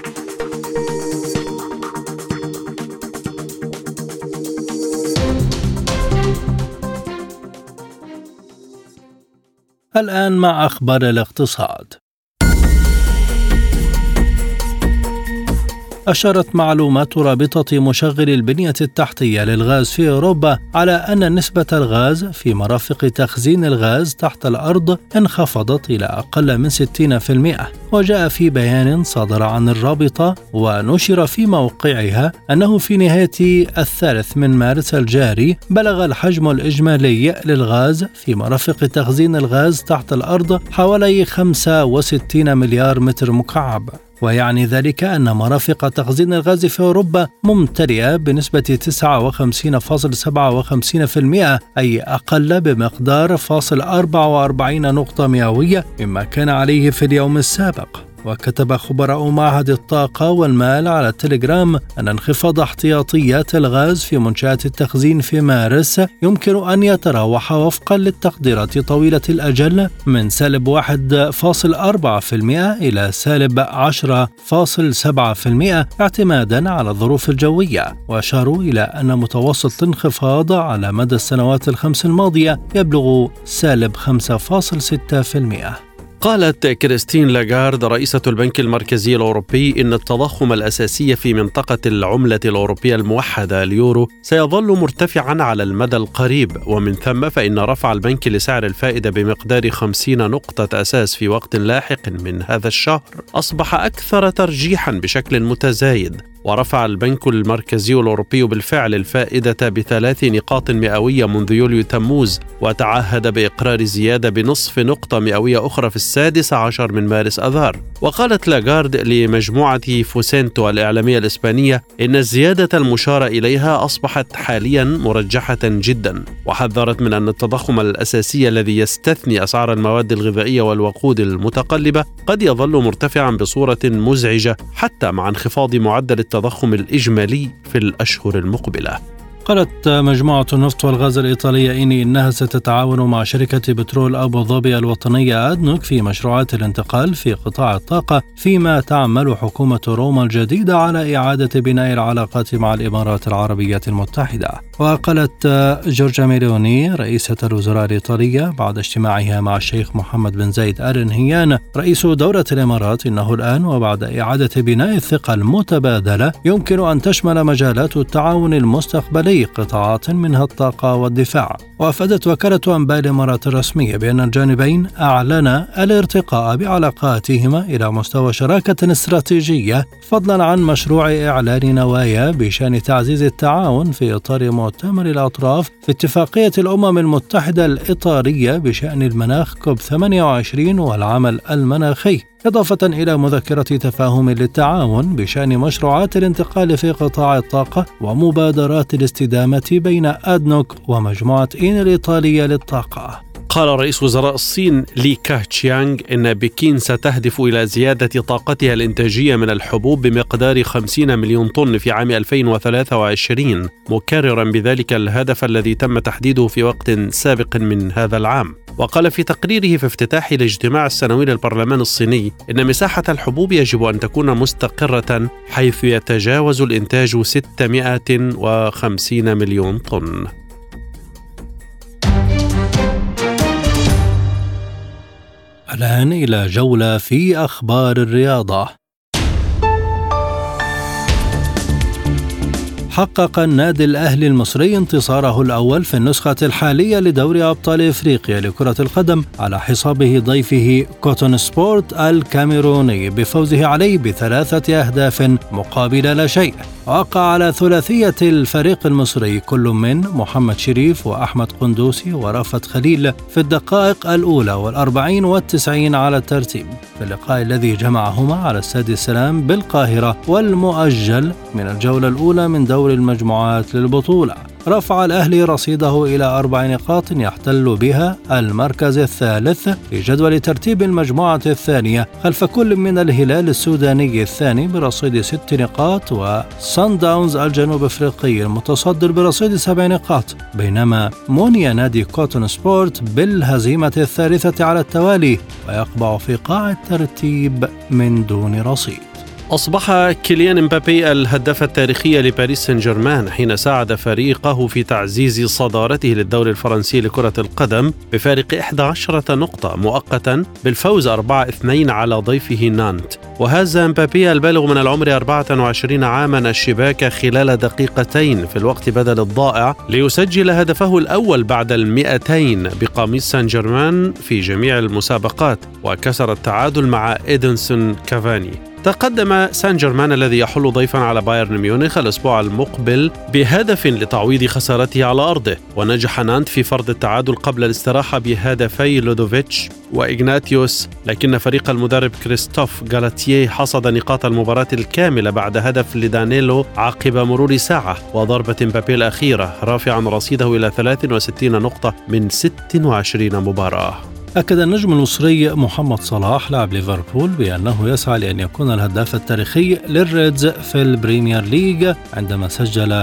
الآن مع أخبار الاقتصاد. أشارت معلومات رابطة مشغل البنية التحتية للغاز في أوروبا على أن نسبة الغاز في مرافق تخزين الغاز تحت الأرض انخفضت إلى أقل من 60%. وجاء في بيان صدر عن الرابطة ونشر في موقعها أنه في نهاية 3 مارس الجاري بلغ الحجم الإجمالي للغاز في مرافق تخزين الغاز تحت الأرض حوالي 65 مليار متر مكعب. ويعني ذلك أن مرافق تخزين الغاز في أوروبا ممتلئة بنسبة 59.57%، أي أقل بمقدار 0.44 نقطة مئوية مما كان عليه في اليوم السابق. وكتب خبراء معهد الطاقة والمال على التليجرام أن انخفاض احتياطيات الغاز في منشآت التخزين في مارس يمكن أن يتراوح وفقا للتقديرات طويلة الأجل من -1.4% إلى -10.7% اعتمادا على الظروف الجوية. وأشاروا إلى أن متوسط الانخفاض على مدى السنوات ال5 الماضية يبلغ -5.6%. قالت كريستين لاغارد رئيسة البنك المركزي الأوروبي إن التضخم الأساسي في منطقة العملة الأوروبية الموحدة اليورو سيظل مرتفعا على المدى القريب، ومن ثم فإن رفع البنك لسعر الفائدة بمقدار 50 نقطة أساس في وقت لاحق من هذا الشهر أصبح أكثر ترجيحا بشكل متزايد، ورفع البنك المركزي الأوروبي بالفعل الفائدة ب3 نقاط مئوية منذ يوليو تموز، وتعهد بإقرار زيادة بنصف نقطة مئوية أخرى في 16 من مارس أذار. وقالت لاغارد لمجموعة فوسينتو الإعلامية الإسبانية إن الزيادة المشار إليها أصبحت حاليا مرجحة جدا، وحذرت من أن التضخم الأساسي الذي يستثني أسعار المواد الغذائية والوقود المتقلبة قد يظل مرتفعا بصورة مزعجة حتى مع انخفاض معدل التضخم الإجمالي في الأشهر المقبلة. قالت مجموعة النفط والغاز الإيطالية إنها ستتعاون مع شركة بترول أبو ظبي الوطنية أدنوك في مشروعات الانتقال في قطاع الطاقة، فيما تعمل حكومة روما الجديدة على إعادة بناء العلاقات مع الإمارات العربية المتحدة. وقالت جورجيا ميلوني رئيسة الوزراء الإيطالية بعد اجتماعها مع الشيخ محمد بن زايد آل نهيان رئيس دولة الإمارات إنه الآن وبعد إعادة بناء الثقة المتبادلة يمكن أن تشمل مجالات التعاون المستقبلي قطاعات منها الطاقة والدفاع. وأفادت وكالة أنباء الإمارات الرسمية بأن الجانبين أعلنا الارتقاء بعلاقاتهما إلى مستوى شراكة استراتيجية، فضلا عن مشروع إعلان نوايا بشأن تعزيز التعاون في إطار مؤتمر الأطراف في اتفاقية الأمم المتحدة الإطارية بشأن المناخ كوب 28 والعمل المناخي، إضافة إلى مذكرة تفاهم للتعاون بشأن مشروعات الانتقال في قطاع الطاقة ومبادرات الاستدامة بين أدنوك ومجموعة إين الإيطالية للطاقة. قال رئيس وزراء الصين لي كاتشيانغ إن بكين ستهدف إلى زيادة طاقتها الإنتاجية من الحبوب بمقدار 50 مليون طن في عام 2023، مكررا بذلك الهدف الذي تم تحديده في وقت سابق من هذا العام. وقال في تقريره في افتتاح الاجتماع السنوي للبرلمان الصيني إن مساحة الحبوب يجب أن تكون مستقرة حيث يتجاوز الإنتاج 650 مليون طن. الآن إلى جولة في أخبار الرياضة. حقق النادي الأهلي المصري انتصاره الأول في النسخة الحالية لدوري أبطال إفريقيا لكرة القدم على حسابه ضيفه كوتون سبورت الكاميروني بفوزه عليه ب3 أهداف مقابل لا شيء. وقع على ثلاثية الفريق المصري كل من محمد شريف وأحمد قندوسي ورأفت خليل في الدقائق الأولى وال40 وال90 على الترتيب في اللقاء الذي جمعهما على استاد السلام بالقاهرة والمؤجل من الجولة الأولى من دور المجموعات للبطولة. رفع الأهلي رصيده إلى 4 نقاط يحتل بها المركز الثالث في جدول ترتيب المجموعة الثانية خلف كل من الهلال السوداني الثاني برصيد 6 نقاط وصن داونز الجنوب أفريقي المتصدر برصيد 7 نقاط، بينما مونيا نادي كوتون سبورت بالهزيمة الثالثة على التوالي ويقبع في قاع الترتيب من دون رصيد. أصبح كيليان امبابي الهداف التاريخي لباريس سان جيرمان حين ساعد فريقه في تعزيز صدارته للدوري الفرنسي لكرة القدم بفارق 11 نقطة مؤقتا بالفوز 4-2 على ضيفه نانت. وهز امبابي البالغ من العمر 24 عاما الشباك خلال دقيقتين في الوقت بدل الضائع ليسجل هدفه الأول بعد 200 بقميص سان جيرمان في جميع المسابقات، وكسر التعادل مع إدنسون كافاني. تقدم سان جيرمان الذي يحل ضيفا على بايرن ميونخ الأسبوع المقبل بهدف لتعويض خسارته على أرضه، ونجح نانت في فرض التعادل قبل الاستراحة بهدفي لودوفيتش وإغناتيوس، لكن فريق المدرب كريستوف غالاتيه حصد نقاط المباراة الكاملة بعد هدف لدانيلو عقب مرور ساعة وضربة مبابي الأخيرة، رافعا رصيده إلى 63 نقطة من 26 مباراة. أكد النجم المصري محمد صلاح لاعب ليفربول بأنه يسعى لأن يكون الهداف التاريخي للريدز في البريمير ليج عندما سجل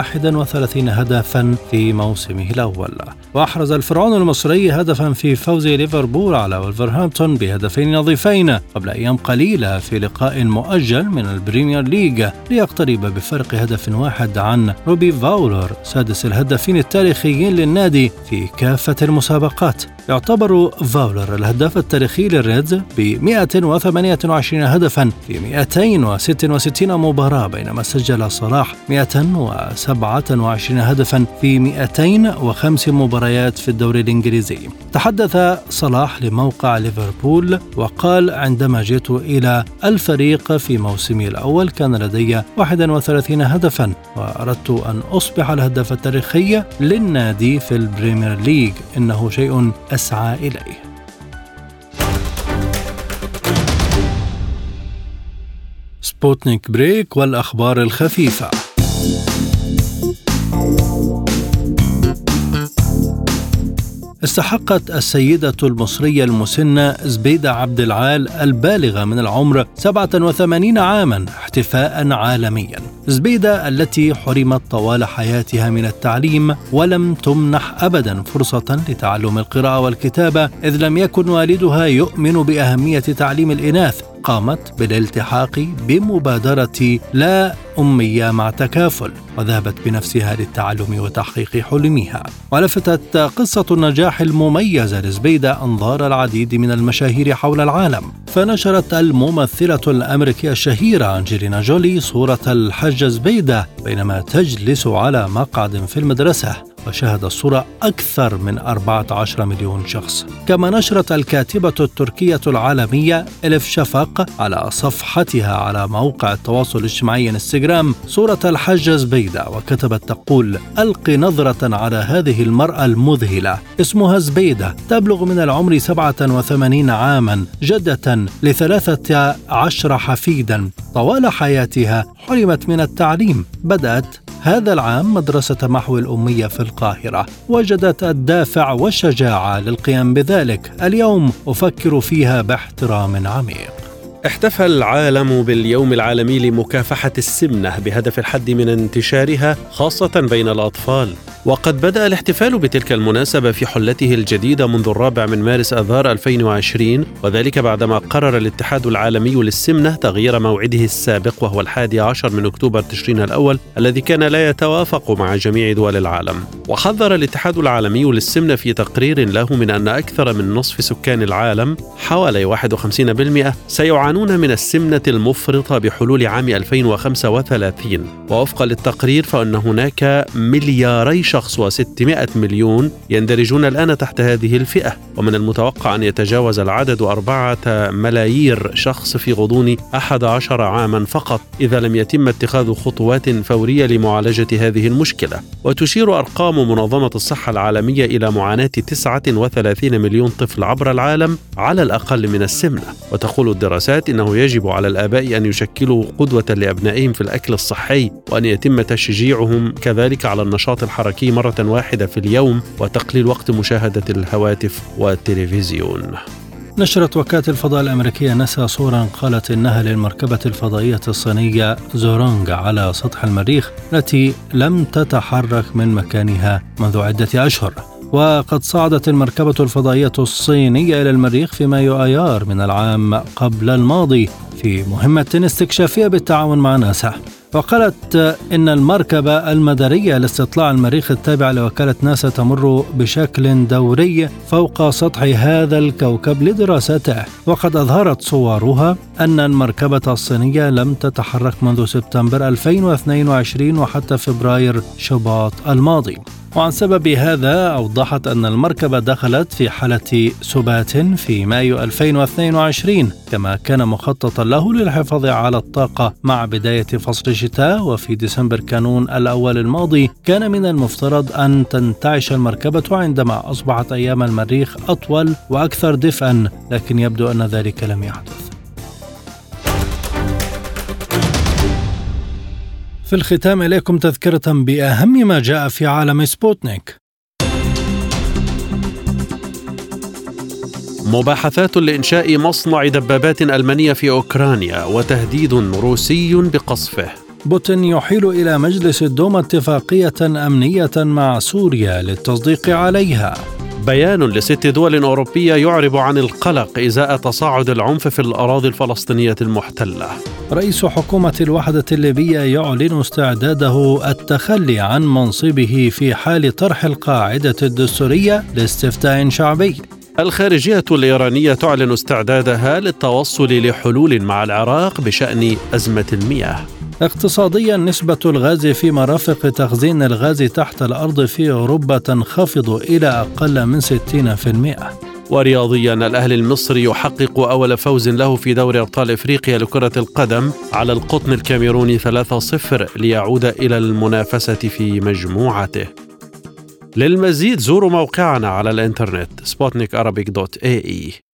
31 هدفا في موسمه الأول. وأحرز الفرعون المصري هدفا في فوز ليفربول على ولفرهامبتون بهدفين نظيفين قبل أيام قليلة في لقاء مؤجل من البريمير ليج ليقترب بفرق هدف واحد عن روبي فاولر سادس الهدافين التاريخيين للنادي في كافة المسابقات. يعتبر فاولر الهداف التاريخي للريدز ب 128 هدفا في 266 مباراة، بينما سجل صلاح 127 هدفا في 205 مباريات في الدوري الإنجليزي. تحدث صلاح لموقع ليفربول وقال: عندما جئت إلى الفريق في موسمي الأول كان لدي 31 هدفا، وأردت أن أصبح الهداف التاريخي للنادي في البريمير ليج، إنه شيء أسعى إليه. سبوتنيك بريك والأخبار الخفيفة. استحقت السيدة المصرية المسنة زبيدة عبد العال البالغة من العمر 87 عاما احتفاء عالميا. زبيدة التي حرمت طوال حياتها من التعليم ولم تمنح أبدا فرصة لتعلم القراءة والكتابة، إذ لم يكن والدها يؤمن بأهمية تعليم الإناث، قامت بالالتحاق بمبادرة لا أمية مع تكافل، وذهبت بنفسها للتعلم وتحقيق حلمها. ولفتت قصة النجاح المميزة لزبيدة أنظار العديد من المشاهير حول العالم، فنشرت الممثلة الأمريكية الشهيرة أنجلينا جولي صورة الحجة زبيدة بينما تجلس على مقعد في المدرسة، وشاهد الصورة أكثر من 14 مليون شخص. كما نشرت الكاتبة التركية العالمية إليف شفق على صفحتها على موقع التواصل الاجتماعي انستغرام صورة الحجة زبيدة، وكتبت تقول: ألقي نظرة على هذه المرأة المذهلة، اسمها زبيدة، تبلغ من العمر 87 عاما، جدة ل13 حفيدا، طوال حياتها حرمت من التعليم. بدأت هذا العام مدرسة محو الأمية في القاهرة، وجدت الدافع والشجاعة للقيام بذلك. اليوم أفكر فيها باحترام عميق. احتفل العالم باليوم العالمي لمكافحة السمنة بهدف الحد من انتشارها خاصة بين الأطفال. وقد بدأ الاحتفال بتلك المناسبة في حلته الجديدة منذ 4 مارس آذار 2020، وذلك بعدما قرر الاتحاد العالمي للسمنة تغيير موعده السابق، وهو 11 من أكتوبر تشرين الأول، الذي كان لا يتوافق مع جميع دول العالم. وحذر الاتحاد العالمي للسمنة في تقرير له من أن أكثر من نصف سكان العالم، حوالي 51%، سيعانون من السمنة المفرطة بحلول عام 2035. ووفقا للتقرير فإن هناك ملياري شخص و600 مليون يندرجون الآن تحت هذه الفئة، ومن المتوقع أن يتجاوز العدد 4 ملايير شخص في غضون 11 عاما فقط إذا لم يتم اتخاذ خطوات فورية لمعالجة هذه المشكلة. وتشير أرقام منظمة الصحة العالمية إلى معاناة 39 مليون طفل عبر العالم على الأقل من السمنة. وتقول الدراسات إنه يجب على الآباء أن يشكلوا قدوة لأبنائهم في الأكل الصحي، وأن يتم تشجيعهم كذلك على النشاط الحركي مرة واحدة في اليوم، وتقليل وقت مشاهدة الهواتف والتلفزيون. نشرت وكالة الفضاء الأمريكية ناسا صورا قالت إنها للمركبة الفضائية الصينية زورونغ على سطح المريخ التي لم تتحرك من مكانها منذ عدة أشهر. وقد صعدت المركبة الفضائية الصينية إلى المريخ في مايو آيار من العام قبل الماضي في مهمة استكشافية بالتعاون مع ناسا. وقالت إن المركبة المدارية لاستطلاع المريخ التابعة لوكالة ناسا تمر بشكل دوري فوق سطح هذا الكوكب لدراسته. وقد أظهرت صورها أن المركبة الصينية لم تتحرك منذ سبتمبر 2022 وحتى فبراير شباط الماضي. وعن سبب هذا أوضحت أن المركبة دخلت في حالة سبات في مايو 2022 كما كان مخططا له للحفاظ على الطاقة مع بداية فصل الشتاء. وفي ديسمبر كانون الأول الماضي كان من المفترض أن تنتعش المركبة عندما أصبحت أيام المريخ أطول وأكثر دفئا، لكن يبدو أن ذلك لم يحدث. في الختام إليكم تذكرة بأهم ما جاء في عالم سبوتنيك. مباحثات لإنشاء مصنع دبابات ألمانية في أوكرانيا وتهديد روسي بقصفه. بوتين يحيل إلى مجلس الدوما اتفاقية أمنية مع سوريا للتصديق عليها. بيان ل6 دول أوروبية يعرب عن القلق إزاء تصاعد العنف في الأراضي الفلسطينية المحتلة. رئيس حكومة الوحدة الليبية يعلن استعداده التخلي عن منصبه في حال طرح القاعدة الدستورية لاستفتاء شعبي. الخارجية الإيرانية تعلن استعدادها للتوصل لحلول مع العراق بشأن أزمة المياه. اقتصاديا، نسبة الغاز في مرافق تخزين الغاز تحت الأرض في أوروبا تنخفض إلى أقل من 60%. ورياضيا، الأهلي المصري يحقق أول فوز له في دوري أبطال إفريقيا لكرة القدم على القطن الكاميروني 3-0 ليعود إلى المنافسة في مجموعته. للمزيد زوروا موقعنا على الإنترنت sputnikarabic.ae.